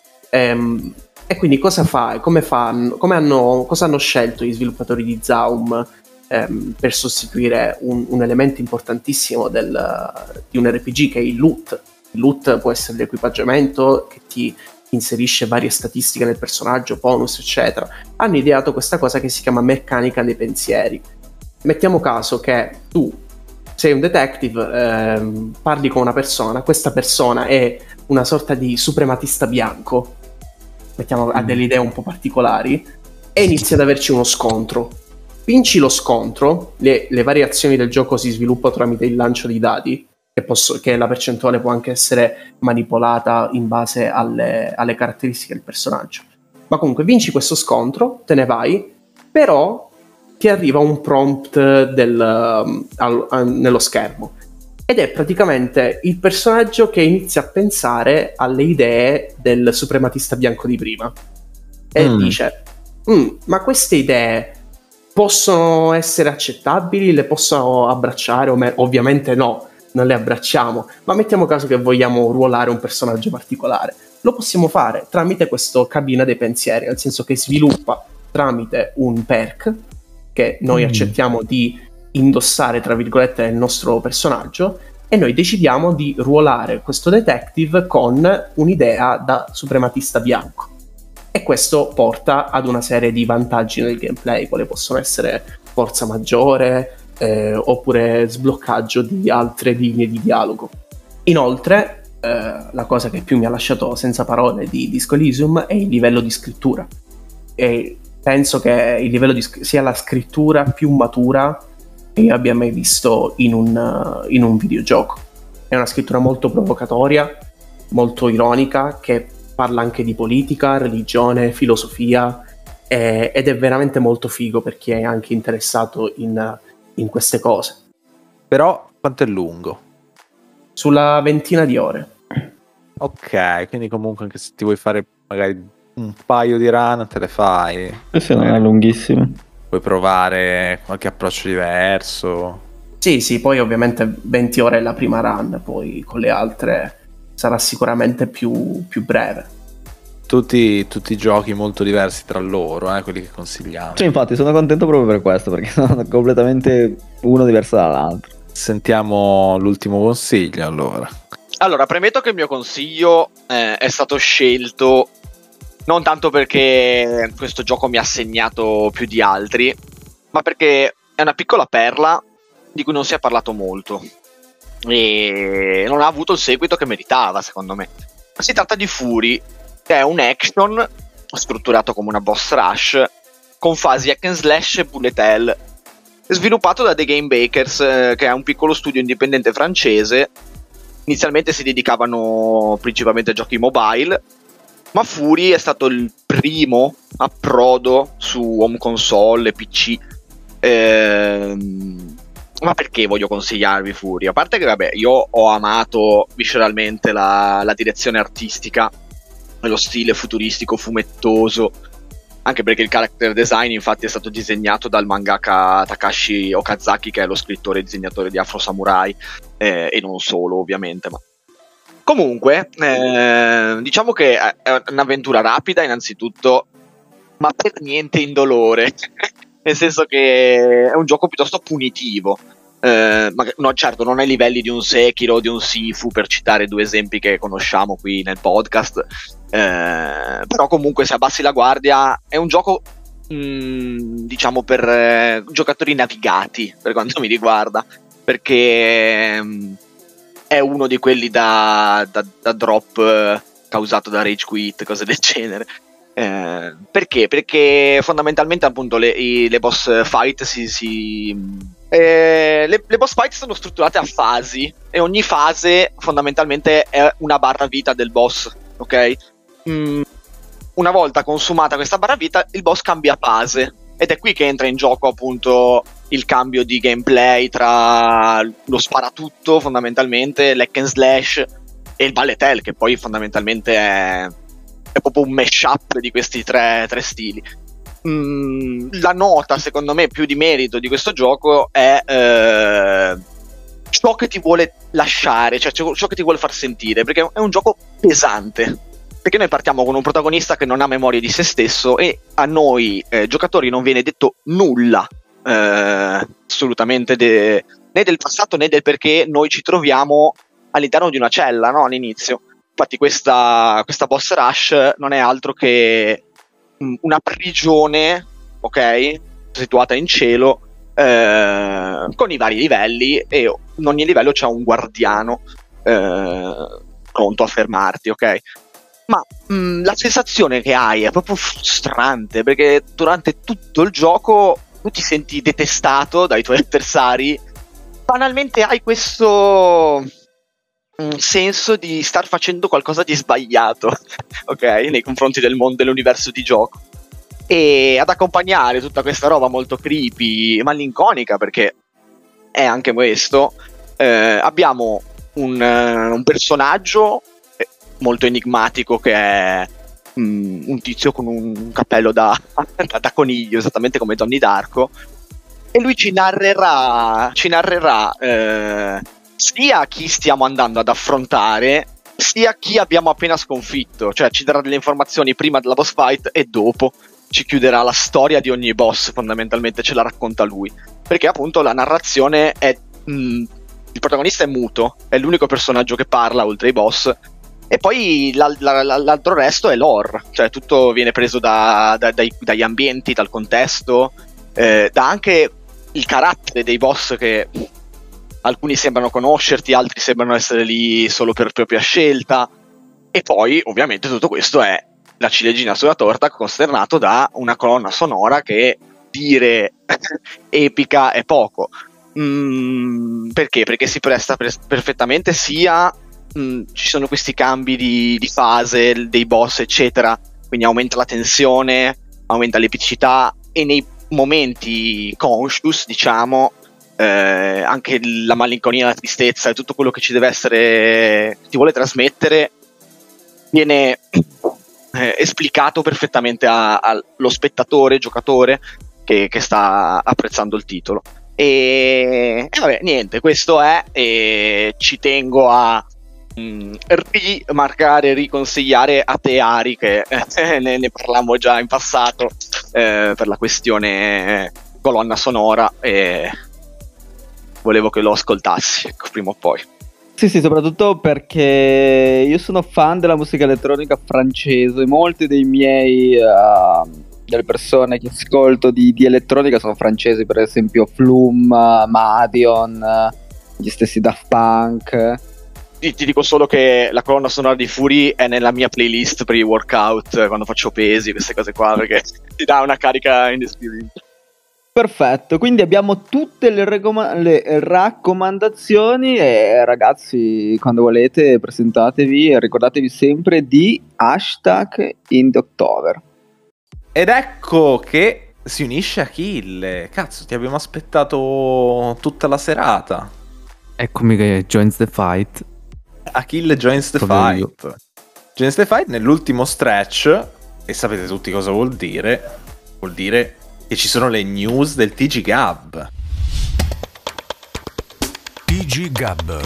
Ehm, e quindi cosa fa? Come fanno? Come hanno, cosa hanno scelto gli sviluppatori di Zaum ehm, per sostituire un, un elemento importantissimo del, di un R P G che è il loot? Il loot può essere l'equipaggiamento che ti inserisce varie statistiche nel personaggio, bonus eccetera. Hanno ideato questa cosa che si chiama meccanica dei pensieri. Mettiamo caso che tu sei un detective, ehm, parli con una persona, questa persona è una sorta di suprematista bianco, mettiamo, ha delle idee un po' particolari, e inizia ad averci uno scontro. Vinci lo scontro, le, le varie azioni del gioco si sviluppano tramite il lancio di dadi, che, posso, che la percentuale può anche essere manipolata in base alle, alle caratteristiche del personaggio. Ma comunque vinci questo scontro, te ne vai, però ti arriva un prompt del, um, al, al, nello schermo, ed è praticamente il personaggio che inizia a pensare alle idee del suprematista bianco di prima e mm. dice mm, ma queste idee possono essere accettabili, le posso abbracciare o me- ovviamente no, non le abbracciamo, ma mettiamo caso che vogliamo ruolare un personaggio particolare, lo possiamo fare tramite questo cabina dei pensieri, nel senso che sviluppa tramite un perk che noi mm. accettiamo di indossare tra virgolette nel nostro personaggio, e noi decidiamo di ruolare questo detective con un'idea da suprematista bianco, e questo porta ad una serie di vantaggi nel gameplay, quali possono essere forza maggiore eh, oppure sbloccaggio di altre linee di dialogo. Inoltre eh, la cosa che più mi ha lasciato senza parole di Disco Elysium è il livello di scrittura, e penso che il livello di sc- sia la scrittura più matura che io abbia mai visto in un, in un videogioco. È una scrittura molto provocatoria, molto ironica, che parla anche di politica, religione, filosofia, eh, ed è veramente molto figo per chi è anche interessato in, in queste cose. Però quanto è lungo? Sulla ventina di ore. Ok, quindi comunque anche se ti vuoi fare magari un paio di run te le fai. Sì, non è lunghissimo. Puoi provare qualche approccio diverso. Sì, sì, poi ovviamente venti ore è la prima run, poi con le altre sarà sicuramente più, più breve. Tutti, tutti giochi molto diversi tra loro, eh, quelli che consigliamo. Sì, infatti sono contento proprio per questo, perché sono completamente uno diverso dall'altro. Sentiamo l'ultimo consiglio allora. Allora, premetto che il mio consiglio eh, è stato scelto non tanto perché questo gioco mi ha segnato più di altri, ma perché è una piccola perla di cui non si è parlato molto e non ha avuto il seguito che meritava, secondo me. Si tratta di Furi, che è un action strutturato come una boss rush con fasi hack and slash e bullet hell, sviluppato da The Game Bakers, eh, che è un piccolo studio indipendente francese. Inizialmente si dedicavano principalmente a giochi mobile, ma Furi è stato il primo approdo su home console e P C. Ehm, ma perché voglio consigliarvi Furi? A parte che vabbè, io ho amato visceralmente la, la direzione artistica e lo stile futuristico fumettoso, anche perché il character design infatti è stato disegnato dal mangaka Takashi Okazaki, che è lo scrittore e disegnatore di Afro Samurai, eh, e non solo ovviamente, ma comunque eh, diciamo che è un'avventura rapida innanzitutto, ma per niente indolore nel senso che è un gioco piuttosto punitivo. Eh, ma no, certo non ai livelli di un Sekiro o di un Sifu, per citare due esempi che conosciamo qui nel podcast, eh, però comunque se abbassi la guardia è un gioco mh, diciamo per eh, giocatori navigati per quanto mi riguarda, perché mh, è uno di quelli da, da, da drop eh, causato da rage quit, cose del genere. Eh, perché? Perché fondamentalmente appunto le, i, le boss fight si, si eh, le, le boss fight sono strutturate a fasi e ogni fase fondamentalmente è una barra vita del boss, ok? Mm, una volta consumata questa barra vita il boss cambia fase ed è qui che entra in gioco appunto il cambio di gameplay tra lo sparatutto fondamentalmente, l'hack and slash e il bullet hell, che poi fondamentalmente è è proprio un mashup di questi tre, tre stili. Mm, la nota, secondo me, più di merito di questo gioco è eh, ciò che ti vuole lasciare, cioè ciò che ti vuole far sentire, perché è un gioco pesante. Perché noi partiamo con un protagonista che non ha memoria di se stesso e a noi eh, giocatori non viene detto nulla, eh, assolutamente, de- né del passato né del perché noi ci troviamo all'interno di una cella, no? All'inizio. Infatti questa, questa boss rush non è altro che una prigione, ok, situata in cielo, eh, con i vari livelli, e in ogni livello c'è un guardiano eh, pronto a fermarti, ok? Ma mh, la sensazione che hai è proprio frustrante, perché durante tutto il gioco tu ti senti detestato dai tuoi avversari. Banalmente hai questo un senso di star facendo qualcosa di sbagliato, ok, nei confronti del mondo, dell'universo di gioco. E ad accompagnare tutta questa roba molto creepy, malinconica, perché è anche questo, eh, abbiamo un, uh, un personaggio molto enigmatico che è um, un tizio con un cappello da, da, da coniglio, esattamente come Donnie Darko, e lui ci narrerà ci narrerà eh, sia chi stiamo andando ad affrontare, sia chi abbiamo appena sconfitto, cioè ci darà delle informazioni prima della boss fight e dopo ci chiuderà la storia di ogni boss, fondamentalmente ce la racconta lui, perché appunto la narrazione è mh, il protagonista è muto, è l'unico personaggio che parla oltre ai boss, e poi la, la, la, l'altro resto è lore, cioè tutto viene preso da, da, dai, dagli ambienti, dal contesto, eh, da anche il carattere dei boss, che alcuni sembrano conoscerti, altri sembrano essere lì solo per propria scelta, e poi ovviamente tutto questo è la ciliegina sulla torta, costernato da una colonna sonora che dire epica è poco. Mm, perché? Perché si presta per- perfettamente sia mh, ci sono questi cambi di, di fase dei boss eccetera, quindi aumenta la tensione, aumenta l'epicità, e nei momenti conscious, diciamo, eh, anche la malinconia, la tristezza e tutto quello che ci deve essere, ti vuole trasmettere, viene eh, esplicato perfettamente allo spettatore, giocatore che, che sta apprezzando il titolo. E, e vabbè, niente, questo è, e ci tengo a mh, rimarcare, riconsigliare a te, Ari, che eh, ne, ne parlammo già in passato, eh, per la questione colonna sonora, e volevo che lo ascoltassi, ecco, prima o poi. Sì, sì, soprattutto perché io sono fan della musica elettronica francese. Molti dei miei uh, delle persone che ascolto di, di elettronica sono francesi, per esempio Flume, Madion, gli stessi Daft Punk. Ti, ti dico solo che la colonna sonora di Fury è nella mia playlist per i workout, quando faccio pesi, queste cose qua, perché ti dà una carica indescrivibile. Perfetto, quindi abbiamo tutte le, raccoma- le raccomandazioni e ragazzi, quando volete presentatevi e ricordatevi sempre di hashtag Indie-October. Ed ecco che si unisce Achille. Cazzo, ti abbiamo aspettato tutta la serata. Eccomi che joins the fight. Achille joins the Proprio fight. io. Joins the fight nell'ultimo stretch, e sapete tutti cosa vuol dire. Vuol dire che ci sono le news del T G Gab. T G Gab.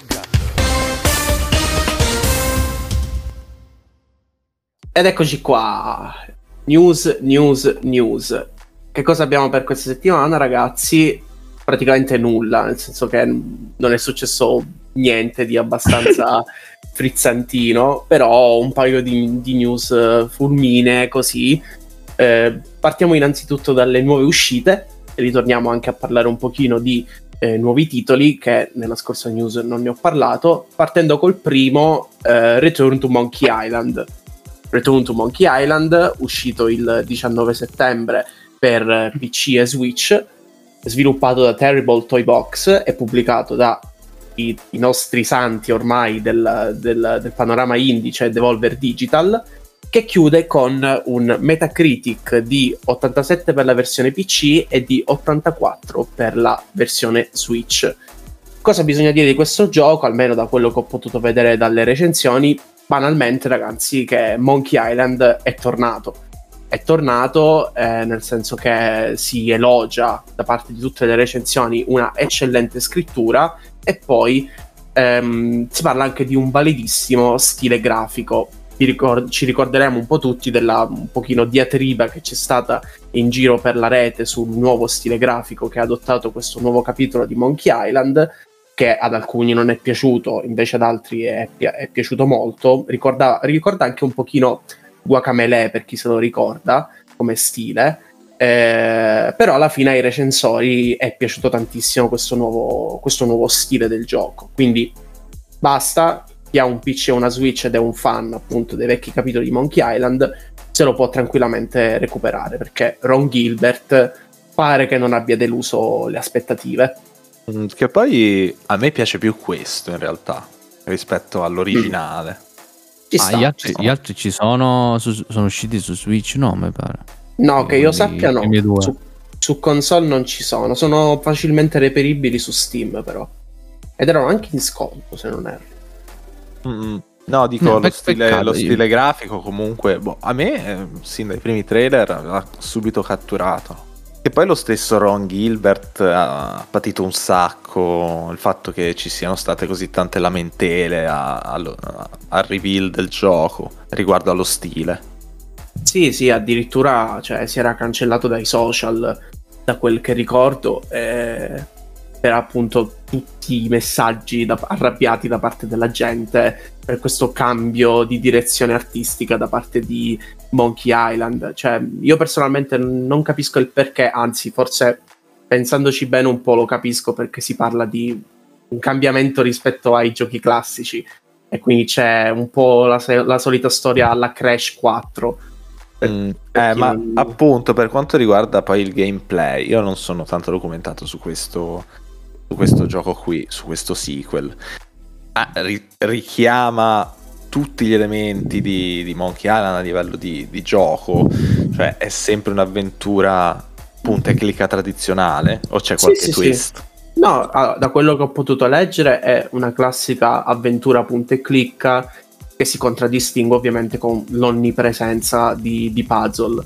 Ed eccoci qua. News, news, news. Che cosa abbiamo per questa settimana, ragazzi? Praticamente nulla, nel senso che non è successo niente di abbastanza frizzantino, però un paio di, di news fulmine così. Eh, partiamo innanzitutto dalle nuove uscite e ritorniamo anche a parlare un pochino di eh, nuovi titoli che nella scorsa news non ne ho parlato, partendo col primo, eh, Return to Monkey Island. Return to Monkey Island, uscito il diciannove settembre per P C e Switch, sviluppato da Terrible Toy Box e pubblicato da i, i nostri santi ormai del, del, del panorama indie, cioè Devolver Digital, che chiude con un Metacritic di ottantasette per la versione P C e di ottantaquattro per la versione Switch. Cosa bisogna dire di questo gioco, almeno da quello che ho potuto vedere dalle recensioni? Banalmente, ragazzi, che Monkey Island è tornato. È tornato eh, nel senso che si elogia da parte di tutte le recensioni una eccellente scrittura e poi ehm, si parla anche di un validissimo stile grafico. Ricord- ci ricorderemo un po' tutti della un pochino diatriba che c'è stata in giro per la rete sul nuovo stile grafico che ha adottato questo nuovo capitolo di Monkey Island, che ad alcuni non è piaciuto, invece ad altri è, pi- è piaciuto molto. Ricorda, ricorda anche un pochino Guacamelee, per chi se lo ricorda, come stile, eh, però alla fine ai recensori è piaciuto tantissimo questo nuovo, questo nuovo stile del gioco, quindi basta. Chi ha un P C e una Switch ed è un fan appunto dei vecchi capitoli di Monkey Island se lo può tranquillamente recuperare, perché Ron Gilbert pare che non abbia deluso le aspettative. Mm, Che poi a me piace più questo in realtà rispetto all'originale. Ci Ah, sta, gli, ci altri, sta. gli altri ci sono, su- sono usciti su Switch? No, mi pare. No, che io Quindi sappia no, i primi due. su, su console non ci sono, sono facilmente reperibili su Steam però, ed erano anche in sconto se non erro. Mm, No, dico No, lo, pe- stile, peccato, lo io- stile grafico comunque, boh, a me, eh, sin dai primi trailer, ha subito catturato. E poi lo stesso Ron Gilbert ha patito un sacco il fatto che ci siano state così tante lamentele a- allo- a- al reveal del gioco riguardo allo stile. Sì, sì, addirittura cioè, si era cancellato dai social, da quel che ricordo, eh, per appunto tutti i messaggi da- arrabbiati da parte della gente per questo cambio di direzione artistica da parte di Monkey Island. Cioè, io personalmente non capisco il perché, anzi, forse pensandoci bene un po' lo capisco, perché si parla di un cambiamento rispetto ai giochi classici e quindi c'è un po' la, la solita storia alla Crash quattro. Per- Mm, per eh, chi ma non- appunto per quanto riguarda poi il gameplay, io non sono tanto documentato su questo, su questo gioco qui, su questo sequel. Ah, ri- richiama tutti gli elementi di, di Monkey Island a livello di, di gioco, cioè è sempre un'avventura punta e clicca tradizionale o c'è Sì, qualche sì, sì. twist? No, allora, da quello che ho potuto leggere è una classica avventura punta e clicca che si contraddistingue ovviamente con l'onnipresenza di, di puzzle.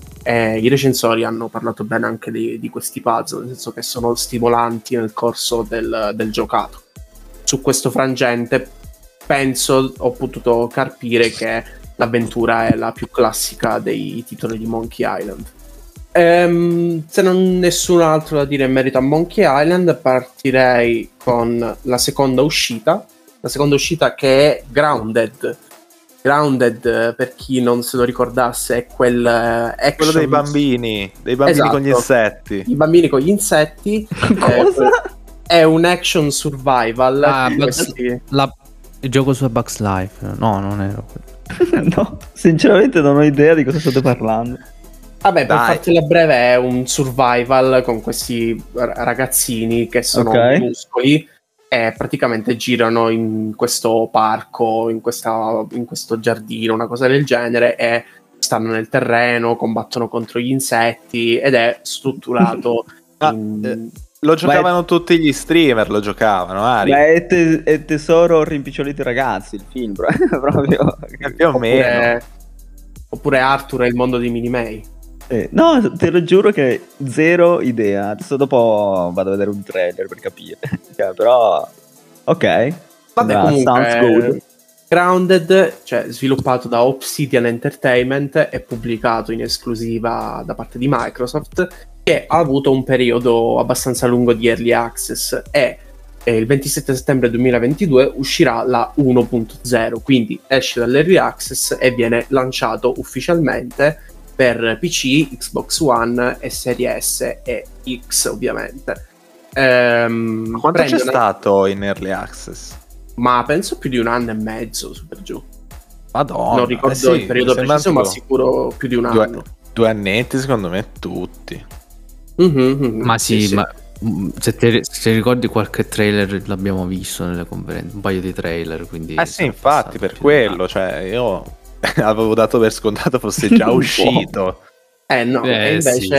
E i recensori hanno parlato bene anche di, di questi puzzle, nel senso che sono stimolanti nel corso del, del giocato. Su questo frangente penso, ho potuto capire che l'avventura è la più classica dei titoli di Monkey Island. Ehm, se non nessun altro da dire in merito a Monkey Island, partirei con la seconda uscita. La seconda uscita che è Grounded. Grounded, per chi non se lo ricordasse, è quel uh, action... quello dei bambini, dei bambini Esatto. con gli insetti. I bambini con gli insetti. Cosa? Eh, è un action survival. Ah, di Bugs- questi- la- il gioco su Bugs Life. No, non ero quello. No, sinceramente non ho idea di cosa state parlando. Vabbè, per Dai. fartela breve, è un survival con questi r- ragazzini che sono Ok. minuscoli e praticamente girano in questo parco, in, questa, in questo giardino, una cosa del genere, e stanno nel terreno, combattono contro gli insetti ed è strutturato Ah, in... eh, Lo giocavano tutti gli streamer, lo giocavano, Ari. Beh, è, te- è tesoro rimpicciolito i ragazzi, il film, bro. Proprio. Eh, più o meno. oppure, oppure Arthur e il mondo di Minimay. Eh, no, te lo giuro che zero idea. Adesso dopo vado a vedere un trailer per capire. Cioè, però, ok. Vabbè, Sembra- comunque, sounds good. Grounded, cioè sviluppato da Obsidian Entertainment e pubblicato in esclusiva da parte di Microsoft, che ha avuto un periodo abbastanza lungo di early access e eh, il ventisette settembre duemilaventidue uscirà la uno punto zero, quindi esce dall'early access e viene lanciato ufficialmente per P C, Xbox One e Serie S e X, ovviamente. Ehm, Quanto c'è prendono- stato in early access? Ma penso più di un anno e mezzo, su per giù. Madonna. non ricordo eh sì, il periodo mi sembra preciso, ma tipo sicuro più di un due, anno. due annetti, secondo me, tutti. Mhm, mhm, Ma sì, ma mm, se ti, se ti ricordi qualche trailer l'abbiamo visto nelle conferenze, un paio di trailer, quindi... Eh sì, sarà infatti, passato per più di un quello, anno. cioè, io avevo dato per scontato fosse già uscito. Eh no, Eh, e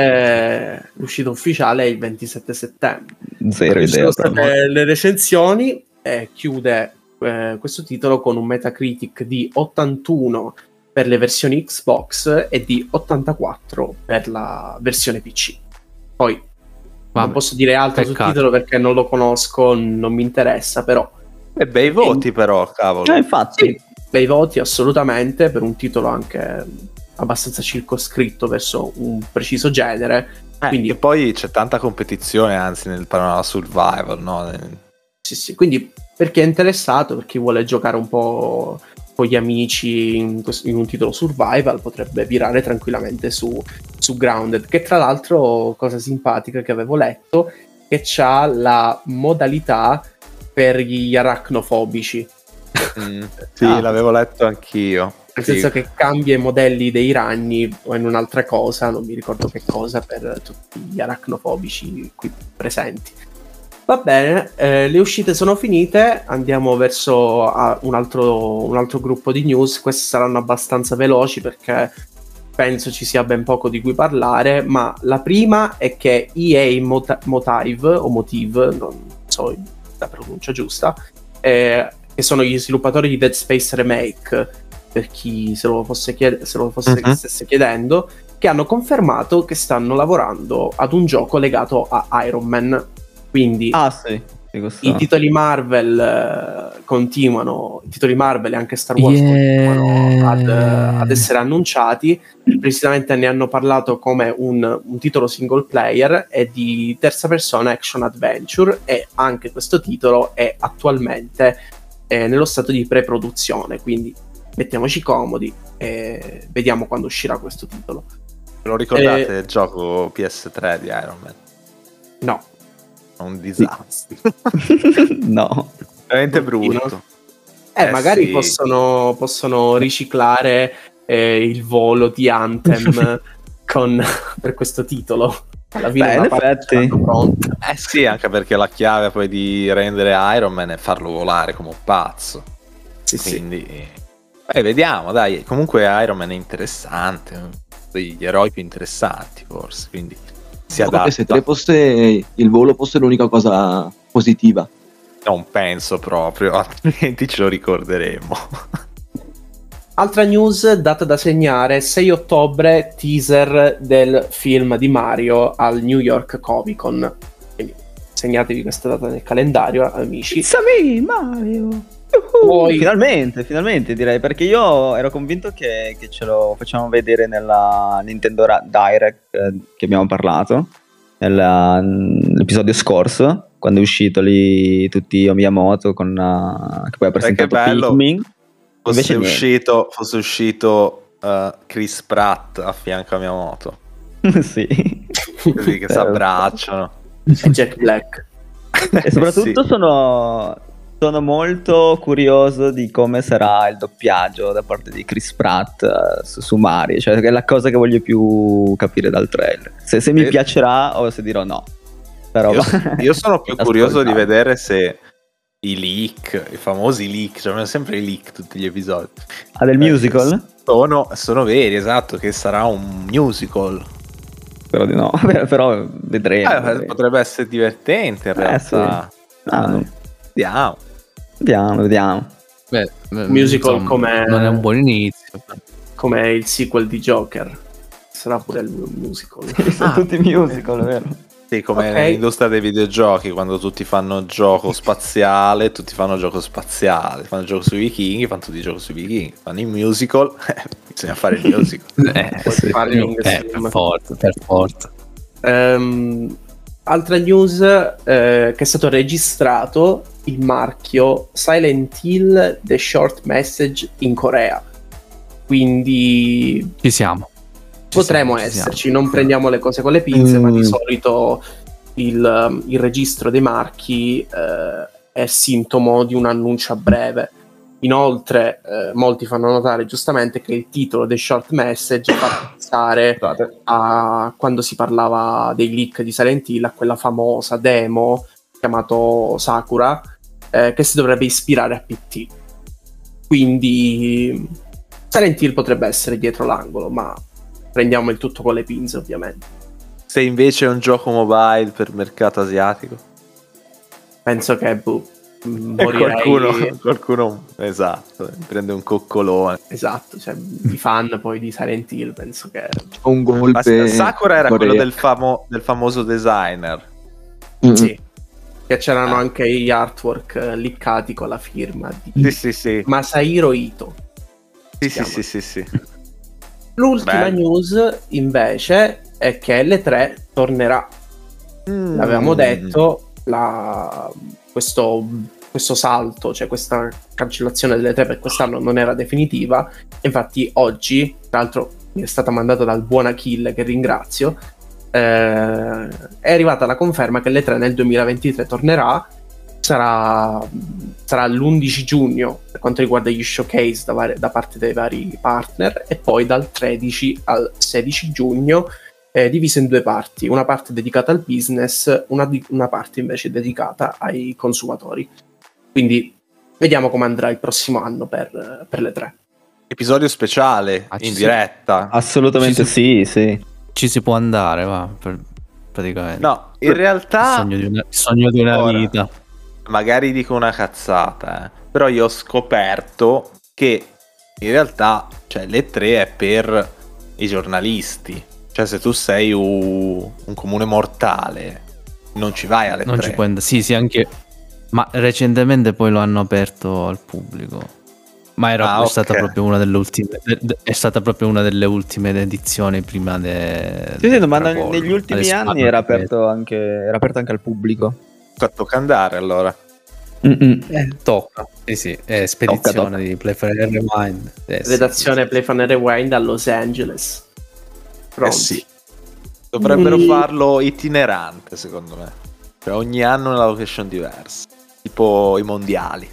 invece l'uscita ufficiale è il ventisette settembre. Zero Ci idea. sono proprio. state le recensioni e chiude eh, questo titolo con un Metacritic di ottantuno per le versioni Xbox e di ottantaquattro per la versione P C. Poi non Vabbè, posso dire altro sul peccato. titolo perché non lo conosco, non mi interessa, però E bei voti, però, cavolo. Eh, infatti. sì, bei voti assolutamente per un titolo anche abbastanza circoscritto verso un preciso genere. Eh, quindi- e poi c'è tanta competizione, anzi, nel panorama survival, no? Sì, sì, quindi per chi è interessato, per chi vuole giocare un po' con gli amici in, quest- in un titolo survival, potrebbe virare tranquillamente su, su Grounded, che tra l'altro, cosa simpatica che avevo letto, che c'ha la modalità per gli arachnofobici. Mm, sì, Ah. l'avevo letto anch'io. Nel Sì. senso che cambia i modelli dei ragni o in un'altra cosa, non mi ricordo che cosa, per tutti gli arachnofobici qui presenti. Va bene, eh, le uscite sono finite, andiamo verso a un, altro, un altro gruppo di news. Queste saranno abbastanza veloci perché penso ci sia ben poco di cui parlare, ma la prima è che E A Mot- Motive, o Motive, non so la pronuncia giusta, eh, che sono gli sviluppatori di Dead Space Remake, per chi se lo fosse, chied- se lo fosse Mhm. stesse chiedendo, che hanno confermato che stanno lavorando ad un gioco legato a Iron Man. Quindi Ah, sì. Sì, questo- i titoli Marvel eh, continuano, i titoli Marvel e anche Star Wars Yeah. continuano ad, eh, ad essere annunciati. Precisamente ne hanno parlato come un, un titolo single player e di terza persona action adventure, e anche questo titolo è attualmente eh, nello stato di pre-produzione, quindi mettiamoci comodi e vediamo quando uscirà questo titolo. Ve lo ricordate Eh, il gioco P S tre di Iron Man? No, Un disastro. No. Veramente Bruttino. brutto. Eh, Eh, magari sì. possono, possono riciclare eh, il volo di Anthem con, per questo titolo. Alla fine Beh, una in parte effetti. ce l'hanno pronta. Eh sì, anche perché la chiave poi di rendere Iron Man è farlo volare come un pazzo. Sì, sì. Quindi, eh, vediamo, dai. Comunque Iron Man è interessante, uno degli eroi più interessanti, forse. Quindi si Dopo adatta. P S tre fosse il volo fosse l'unica cosa positiva. Non penso proprio, altrimenti ce lo ricorderemo. Altra news data da segnare: sei ottobre, teaser del film di Mario al New York Comic Con. Quindi segnatevi questa data nel calendario, amici. It's a me, Mario. Poi- Finalmente, finalmente direi, perché io ero convinto che, che ce lo facciamo vedere nella Nintendo Ra- Direct eh, che abbiamo parlato nella- nell'episodio scorso, quando è uscito lì tutti Miyamoto con uh, che poi ha presentato che bello. Pikmin. Fosse Invece niente. uscito, fosse uscito uh, Chris Pratt a fianco a Miyamoto, Sì. così che si abbracciano. e Jack Black. E soprattutto Sì. sono, sono molto curioso di come sarà il doppiaggio da parte di Chris Pratt eh, su, su Mario, cioè che è la cosa che voglio più capire dal trailer. Se, se mi Sì. piacerà o se dirò no. Però Io, io sono più curioso di ascoltare. vedere se i leak, i famosi leak, cioè sono sempre i leak tutti gli episodi. Ah, del Eh, musical? Sono, sono veri, esatto, che sarà un musical. Però di no, però vedremo. Eh, vedremo. potrebbe essere divertente in Eh, realtà. sì. Ah, no. Vediamo. Vediamo, vediamo. Beh, beh, Musical insomma, come- non è un buon inizio. Come il sequel di Joker. Sarà pure il musical. Sono tutti musical, vero? Sì, come Ok. nell'industria dei videogiochi, quando tutti fanno gioco spaziale, tutti fanno gioco spaziale, fanno gioco sui vichinghi, fanno tutti gioco sui vichinghi, fanno i musical, bisogna fare il musical. Eh, Poi sì. fare in Eh, film. per forza, per forza. Ehm, altra news, eh, che è stato registrato il marchio Silent Hill The Short Message in Corea. Quindi Ci siamo. Ci potremo siamo, ci siamo. esserci, non prendiamo le cose con le pinze, ma di Mm. solito il, um, il registro dei marchi eh, è sintomo di un annuncio a breve. Inoltre, eh, molti fanno notare giustamente che il titolo The Short Message fa pensare a quando si parlava dei leak di Silent Hill, a quella famosa demo chiamato Sakura, eh, che si dovrebbe ispirare a P T. Quindi Silent Hill potrebbe essere dietro l'angolo, ma prendiamo il tutto con le pinze, ovviamente. Se invece è un gioco mobile per mercato asiatico, Penso che boh, e morirei. qualcuno, qualcuno, esatto, prende un coccolone. Esatto, cioè i fan poi di Silent Hill penso che Un Ma golpe. Sakura era Corea. quello del, famo- del famoso designer. Mm. sì, che c'erano Ah. anche gli artwork eh, liccati con la firma di Sì, sì, sì. Masahiro Ito. Sì, si sì, sì, sì, sì. L'ultima Bello. news invece è che L tre tornerà. Mm. L'avevamo detto, la- questo, questo salto, cioè questa cancellazione delle tre per quest'anno non era definitiva. Infatti oggi, tra l'altro mi è stata mandata dal buon Achille, che ringrazio, eh, è arrivata la conferma che l'E tre nel duemilaventitré tornerà. Sarà, sarà l'undici giugno per quanto riguarda gli showcase da, vari- da parte dei vari partner, e poi dal tredici al sedici giugno eh, diviso in due parti, una parte dedicata al business, una, di- una parte invece dedicata ai consumatori. Quindi vediamo come andrà il prossimo anno per, per le tre. Episodio speciale Ah, ci in si- diretta. Assolutamente Ci sì, sì. Ci si può andare, va, per- praticamente. No, in Il realtà sogno di una, il sogno di una Ora. vita. magari dico una cazzata, eh, però io ho scoperto che in realtà, cioè, l'E tre è per i giornalisti. Cioè, se tu sei u- un comune mortale, non ci vai alle Non tre. ci può andare. Sì, sì, anche. Ma recentemente poi lo hanno aperto al pubblico. Ma era Ah, è stata ok. proprio una delle ultime. de- de- È stata proprio una delle ultime edizioni prima de, Sì, sì, del no, ma tracollo. negli ultimi Adesso anni fanno era anche- aperto anche, era aperto anche al pubblico. Tocca andare allora. Mm-mm. Eh, tocca. Sì, sì. È spedizione Tocca, tocca. di Play for Rewind. Eh, sì, Redazione sì, Play Fan and Rewind a Los Angeles. Pronti? Eh sì. Dovrebbero Mm. farlo itinerante, secondo me. Cioè, ogni anno una location diversa. Tipo i mondiali.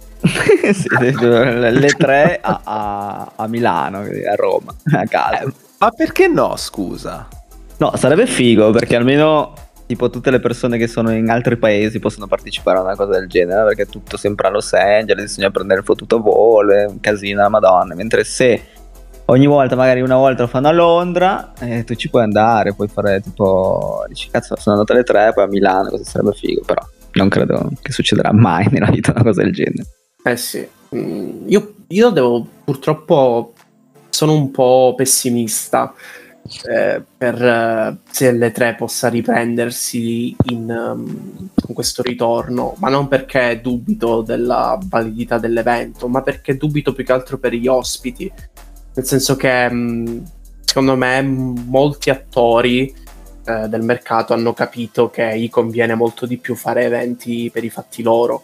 Sì, le tre a, a- a Milano, a Roma, a casa. Ma perché no, scusa? No, sarebbe figo perché almeno tipo tutte le persone che sono in altri paesi possono partecipare a una cosa del genere, perché è tutto sempre a Los Angeles, bisogna prendere il fottuto volo, è un casino la Madonna. Mentre se ogni volta, magari una volta lo fanno a Londra, eh, tu ci puoi andare, puoi fare tipo, dici cazzo sono andato alle tre, poi a Milano, cosa sarebbe figo, però non credo che succederà mai nella vita una cosa del genere. Eh sì, Mm, io, io devo purtroppo sono un po' pessimista, eh, per eh, se l'E tre possa riprendersi in, um, con questo ritorno, ma non perché dubito della validità dell'evento, ma perché dubito più che altro per gli ospiti, nel senso che mh, secondo me molti attori eh, del mercato hanno capito che gli conviene molto di più fare eventi per i fatti loro.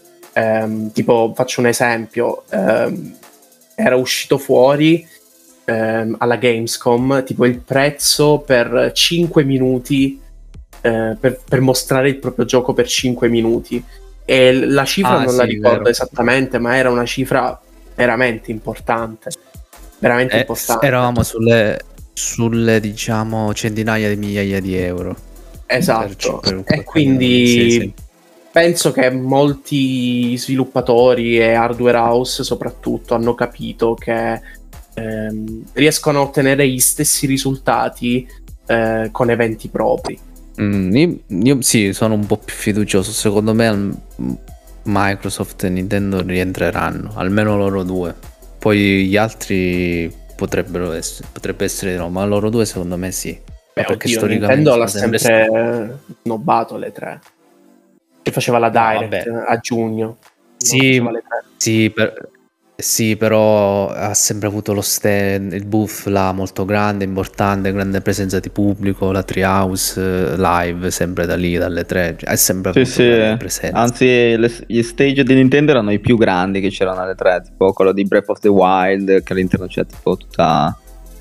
Um, tipo, faccio un esempio, um, era uscito fuori um, alla Gamescom tipo il prezzo per cinque minuti uh, per, per mostrare il proprio gioco per cinque minuti, e la cifra Ah, non sì, la ricordo vero. esattamente, ma era una cifra veramente importante, veramente Eh, importante. eravamo sulle, sulle diciamo centinaia di migliaia di euro. Esatto, Per- per- e quindi sì, sì. penso che molti sviluppatori e hardware house soprattutto hanno capito che ehm, riescono a ottenere gli stessi risultati eh, con eventi propri. Mm, io, io sì, sono un po' più fiducioso. Secondo me al- Microsoft e Nintendo rientreranno, almeno loro due. Poi gli altri potrebbero essere, potrebbe essere di no, ma loro due secondo me sì. Beh, Perché oddio, storicamente Nintendo l'ha sono sempre snobbato le tre, che faceva la Direct vabbè. a giugno. non Sì, faceva le tre. sì, per- sì, però ha sempre avuto lo stand, il booth là molto grande, importante, grande presenza di pubblico, la Treehouse eh, live, sempre da lì, dalle tre, è sempre Sì, avuto sì. grande presenza. Anzi, le- gli stage di Nintendo erano i più grandi che c'erano alle tre, tipo quello di Breath of the Wild, che all'interno c'era tipo tutta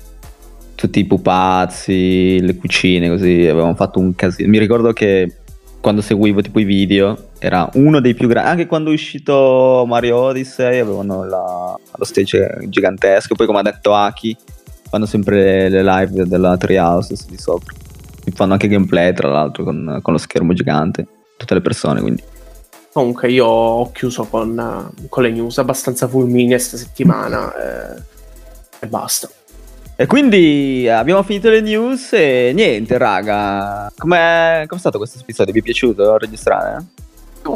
tutti i pupazzi, le cucine, così avevamo fatto un casino. Mi ricordo che quando seguivo tipo i video era uno dei più grandi, anche quando è uscito Mario Odyssey avevano la- lo stage gigantesco. Poi, come ha detto Aki, fanno sempre le live della Treehouse di sopra, fanno anche gameplay tra l'altro con, con lo schermo gigante, tutte le persone, quindi Comunque io ho chiuso con, eh, con le news abbastanza fulminee sta settimana eh, e basta. E quindi abbiamo finito le news e niente, raga. Com'è, com'è stato questo episodio? Vi è piaciuto registrare? Abbiamo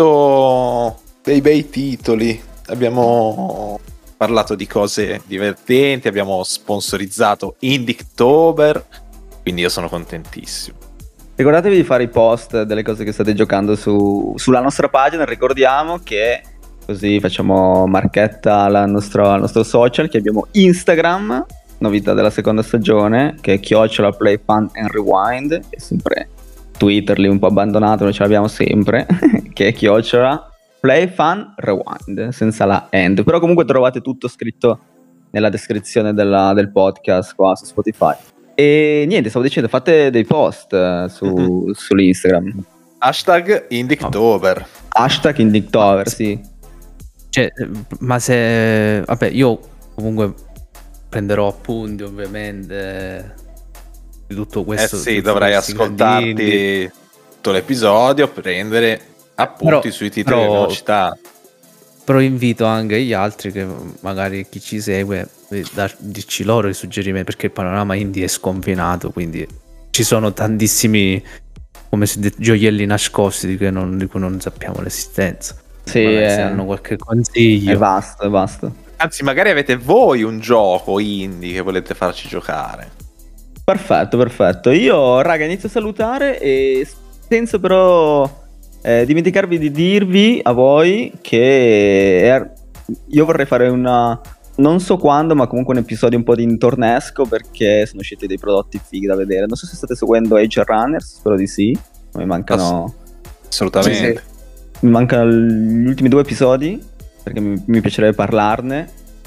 fatto dei bei titoli, abbiamo parlato di cose divertenti, abbiamo sponsorizzato Indiectober, quindi io sono contentissimo. Ricordatevi di fare i post delle cose che state giocando su, sulla nostra pagina. Ricordiamo che così facciamo marchetta alla nostra- al nostro social, che abbiamo Instagram, novità della seconda stagione, che è chiocciola Play Fun and Rewind, è sempre Twitter lì un po' abbandonato, noi ce l'abbiamo sempre, che è chiocciola Play Fun Rewind, senza la end, però comunque trovate tutto scritto nella descrizione della- del podcast qua su Spotify. E niente, stavo dicendo, fate dei post eh, su, sull'Instagram, Hashtag Indiectober. hashtag Indiectober, sì. Cioè, ma se... Vabbè, io comunque prenderò appunti ovviamente di tutto Eh questo. sì, tutti dovrai questi grandi indie. ascoltarti tutto l'episodio, prendere appunti Però- sui titoli però- che abbiamo citato. Però invito anche gli altri, che magari chi ci segue, di dar- dirci loro i suggerimenti, perché il panorama indie è sconfinato, quindi ci sono tantissimi, come si dice, gioielli nascosti di cui non, di cui non sappiamo l'esistenza. Sì, Magari è, se hanno qualche consiglio. è vasto, è vasto. Anzi, magari avete voi un gioco indie che volete farci giocare. Perfetto, perfetto. Io, raga, inizio a salutare e senza però eh, dimenticarvi di dirvi a voi che è- io vorrei fare una, non so quando, ma comunque un episodio un po' di intornesco, perché sono usciti dei prodotti fighi da vedere. Non so se state seguendo Age Runners, spero di sì. Mi mancano, Assolutamente. Sì, mi mancano gli ultimi due episodi, perché mi, mi piacerebbe parlarne.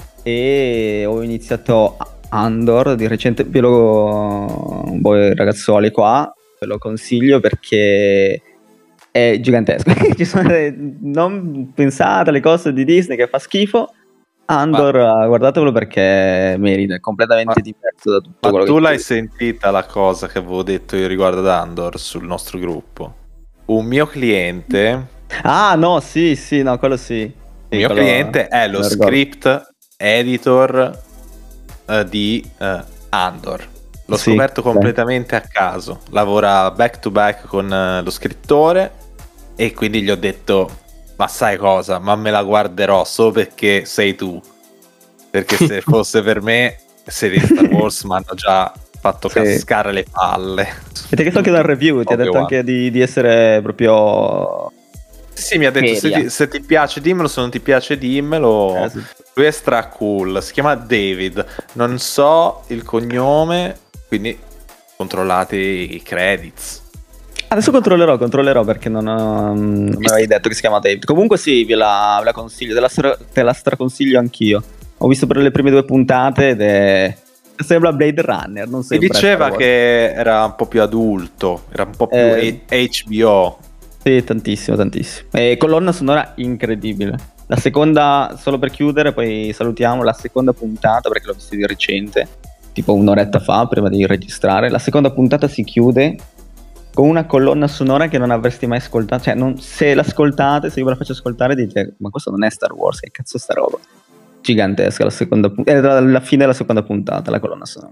E ho iniziato Andor di recente, ve lo, voi ragazzuoli qua, ve lo consiglio perché è gigantesco. Ci sono delle- non pensate alle cose di Disney che fa schifo. Andor, eh, guardatevelo perché merita, è completamente Ma- diverso da tutto Ma quello tu che l'hai sentita la cosa che avevo detto io riguardo ad Andor sul nostro gruppo? Un mio cliente, Ah, no, sì, sì, no, quello sì. il Sì, mio quello- cliente è lo me lo ricordo. script editor eh, di eh, Andor. L'ho Sì, scoperto sì. completamente a caso. Lavora back to back con eh, lo scrittore e quindi gli ho detto: ma sai cosa? Ma me la guarderò solo perché sei tu. Perché se fosse per me, serie Star Wars mi hanno già fatto Sì. cascare le palle. E ti ha chiesto anche dal review, ti ha detto Obi-Wan. anche di, di essere proprio... Sì, mi ha detto se Media. ti, se ti piace dimmelo, se non ti piace dimmelo. Eh, sì. Lui è stra cool, si chiama David, non so il cognome, quindi controllate i credits. Adesso controllerò, controllerò perché non, ho- non mi avevi detto che si chiama David. Comunque sì, ve la, ve la consiglio, te la, stra- te la straconsiglio anch'io. Ho visto per le prime due puntate ed è... sembra Blade Runner, non Si sembra diceva Star Wars. che era un po' più adulto, era un po' più Eh. H B O. Sì, tantissimo, tantissimo. E colonna sonora incredibile. La seconda, solo per chiudere, poi salutiamo, la seconda puntata, perché l'ho vista di recente, tipo un'oretta fa, prima di registrare. La seconda puntata si chiude con una colonna sonora che non avresti mai ascoltato. Cioè, non- se l'ascoltate, se io ve la faccio ascoltare, dite, ma questo non è Star Wars, che cazzo è sta roba? Gigantesca la seconda puntata. Era la fine della seconda puntata, la colonna sonora.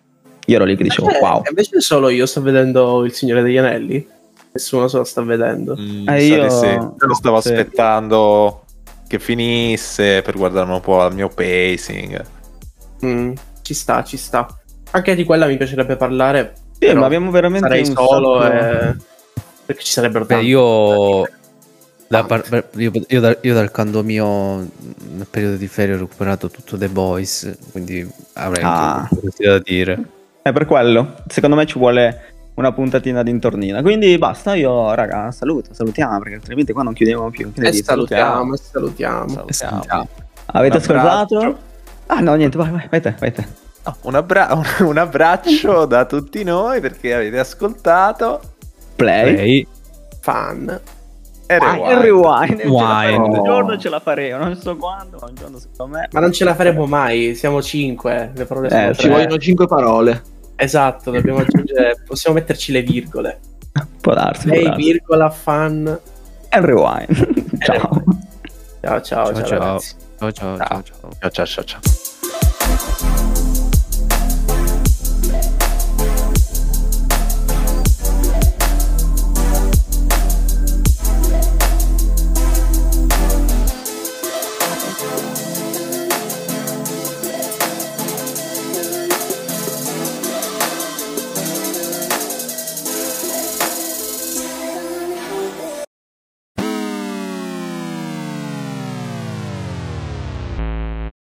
Io ero lì che dicevo, Eh, wow. Invece solo io sto vedendo Il Signore degli Anelli. Nessuno se lo sta vedendo. Mm, Eh, mi sa io- di sì. Lo stavo sì. aspettando che finisse per guardare un po' al mio pacing. Mm, ci sta, ci sta. Anche di quella mi piacerebbe parlare. Sì, però ma abbiamo veramente sarei un solo sacco- e... perché ci sarebbero Beh, tanti. io, da Tanti. par- per- io, io da- io dal canto mio nel periodo di ferie ho recuperato tutto The Boys, quindi avrei Ah. anche cose da dire. È per quello. Secondo me ci vuole una puntatina di intornina. Quindi basta, io raga, saluto, salutiamo perché altrimenti qua non chiudiamo più. Che ne E dite? salutiamo, e salutiamo. Salutiamo. Avete Un abbraccio. ascoltato? Ah no, niente, vai, vai, vai te, vai te. No, un, abbra- un- un abbraccio da tutti noi perché avete ascoltato. Play. Play. Fan. E Ah, rewind. il rewind. Ce la faremo. Wine. Un giorno ce la faremo, non so quando, ma un giorno secondo me. Ma non ce la faremo mai, siamo cinque, le parole sono Eh, Ci tre. vogliono cinque parole. Esatto, dobbiamo aggiungere, possiamo metterci le virgole. Può darsi, può Lei, darsi. virgola, fan. È il rewind. Ciao. Ciao, ciao, ciao, Ciao, ciao. ragazzi. Ciao ciao ciao ciao. Ciao ciao ciao ciao.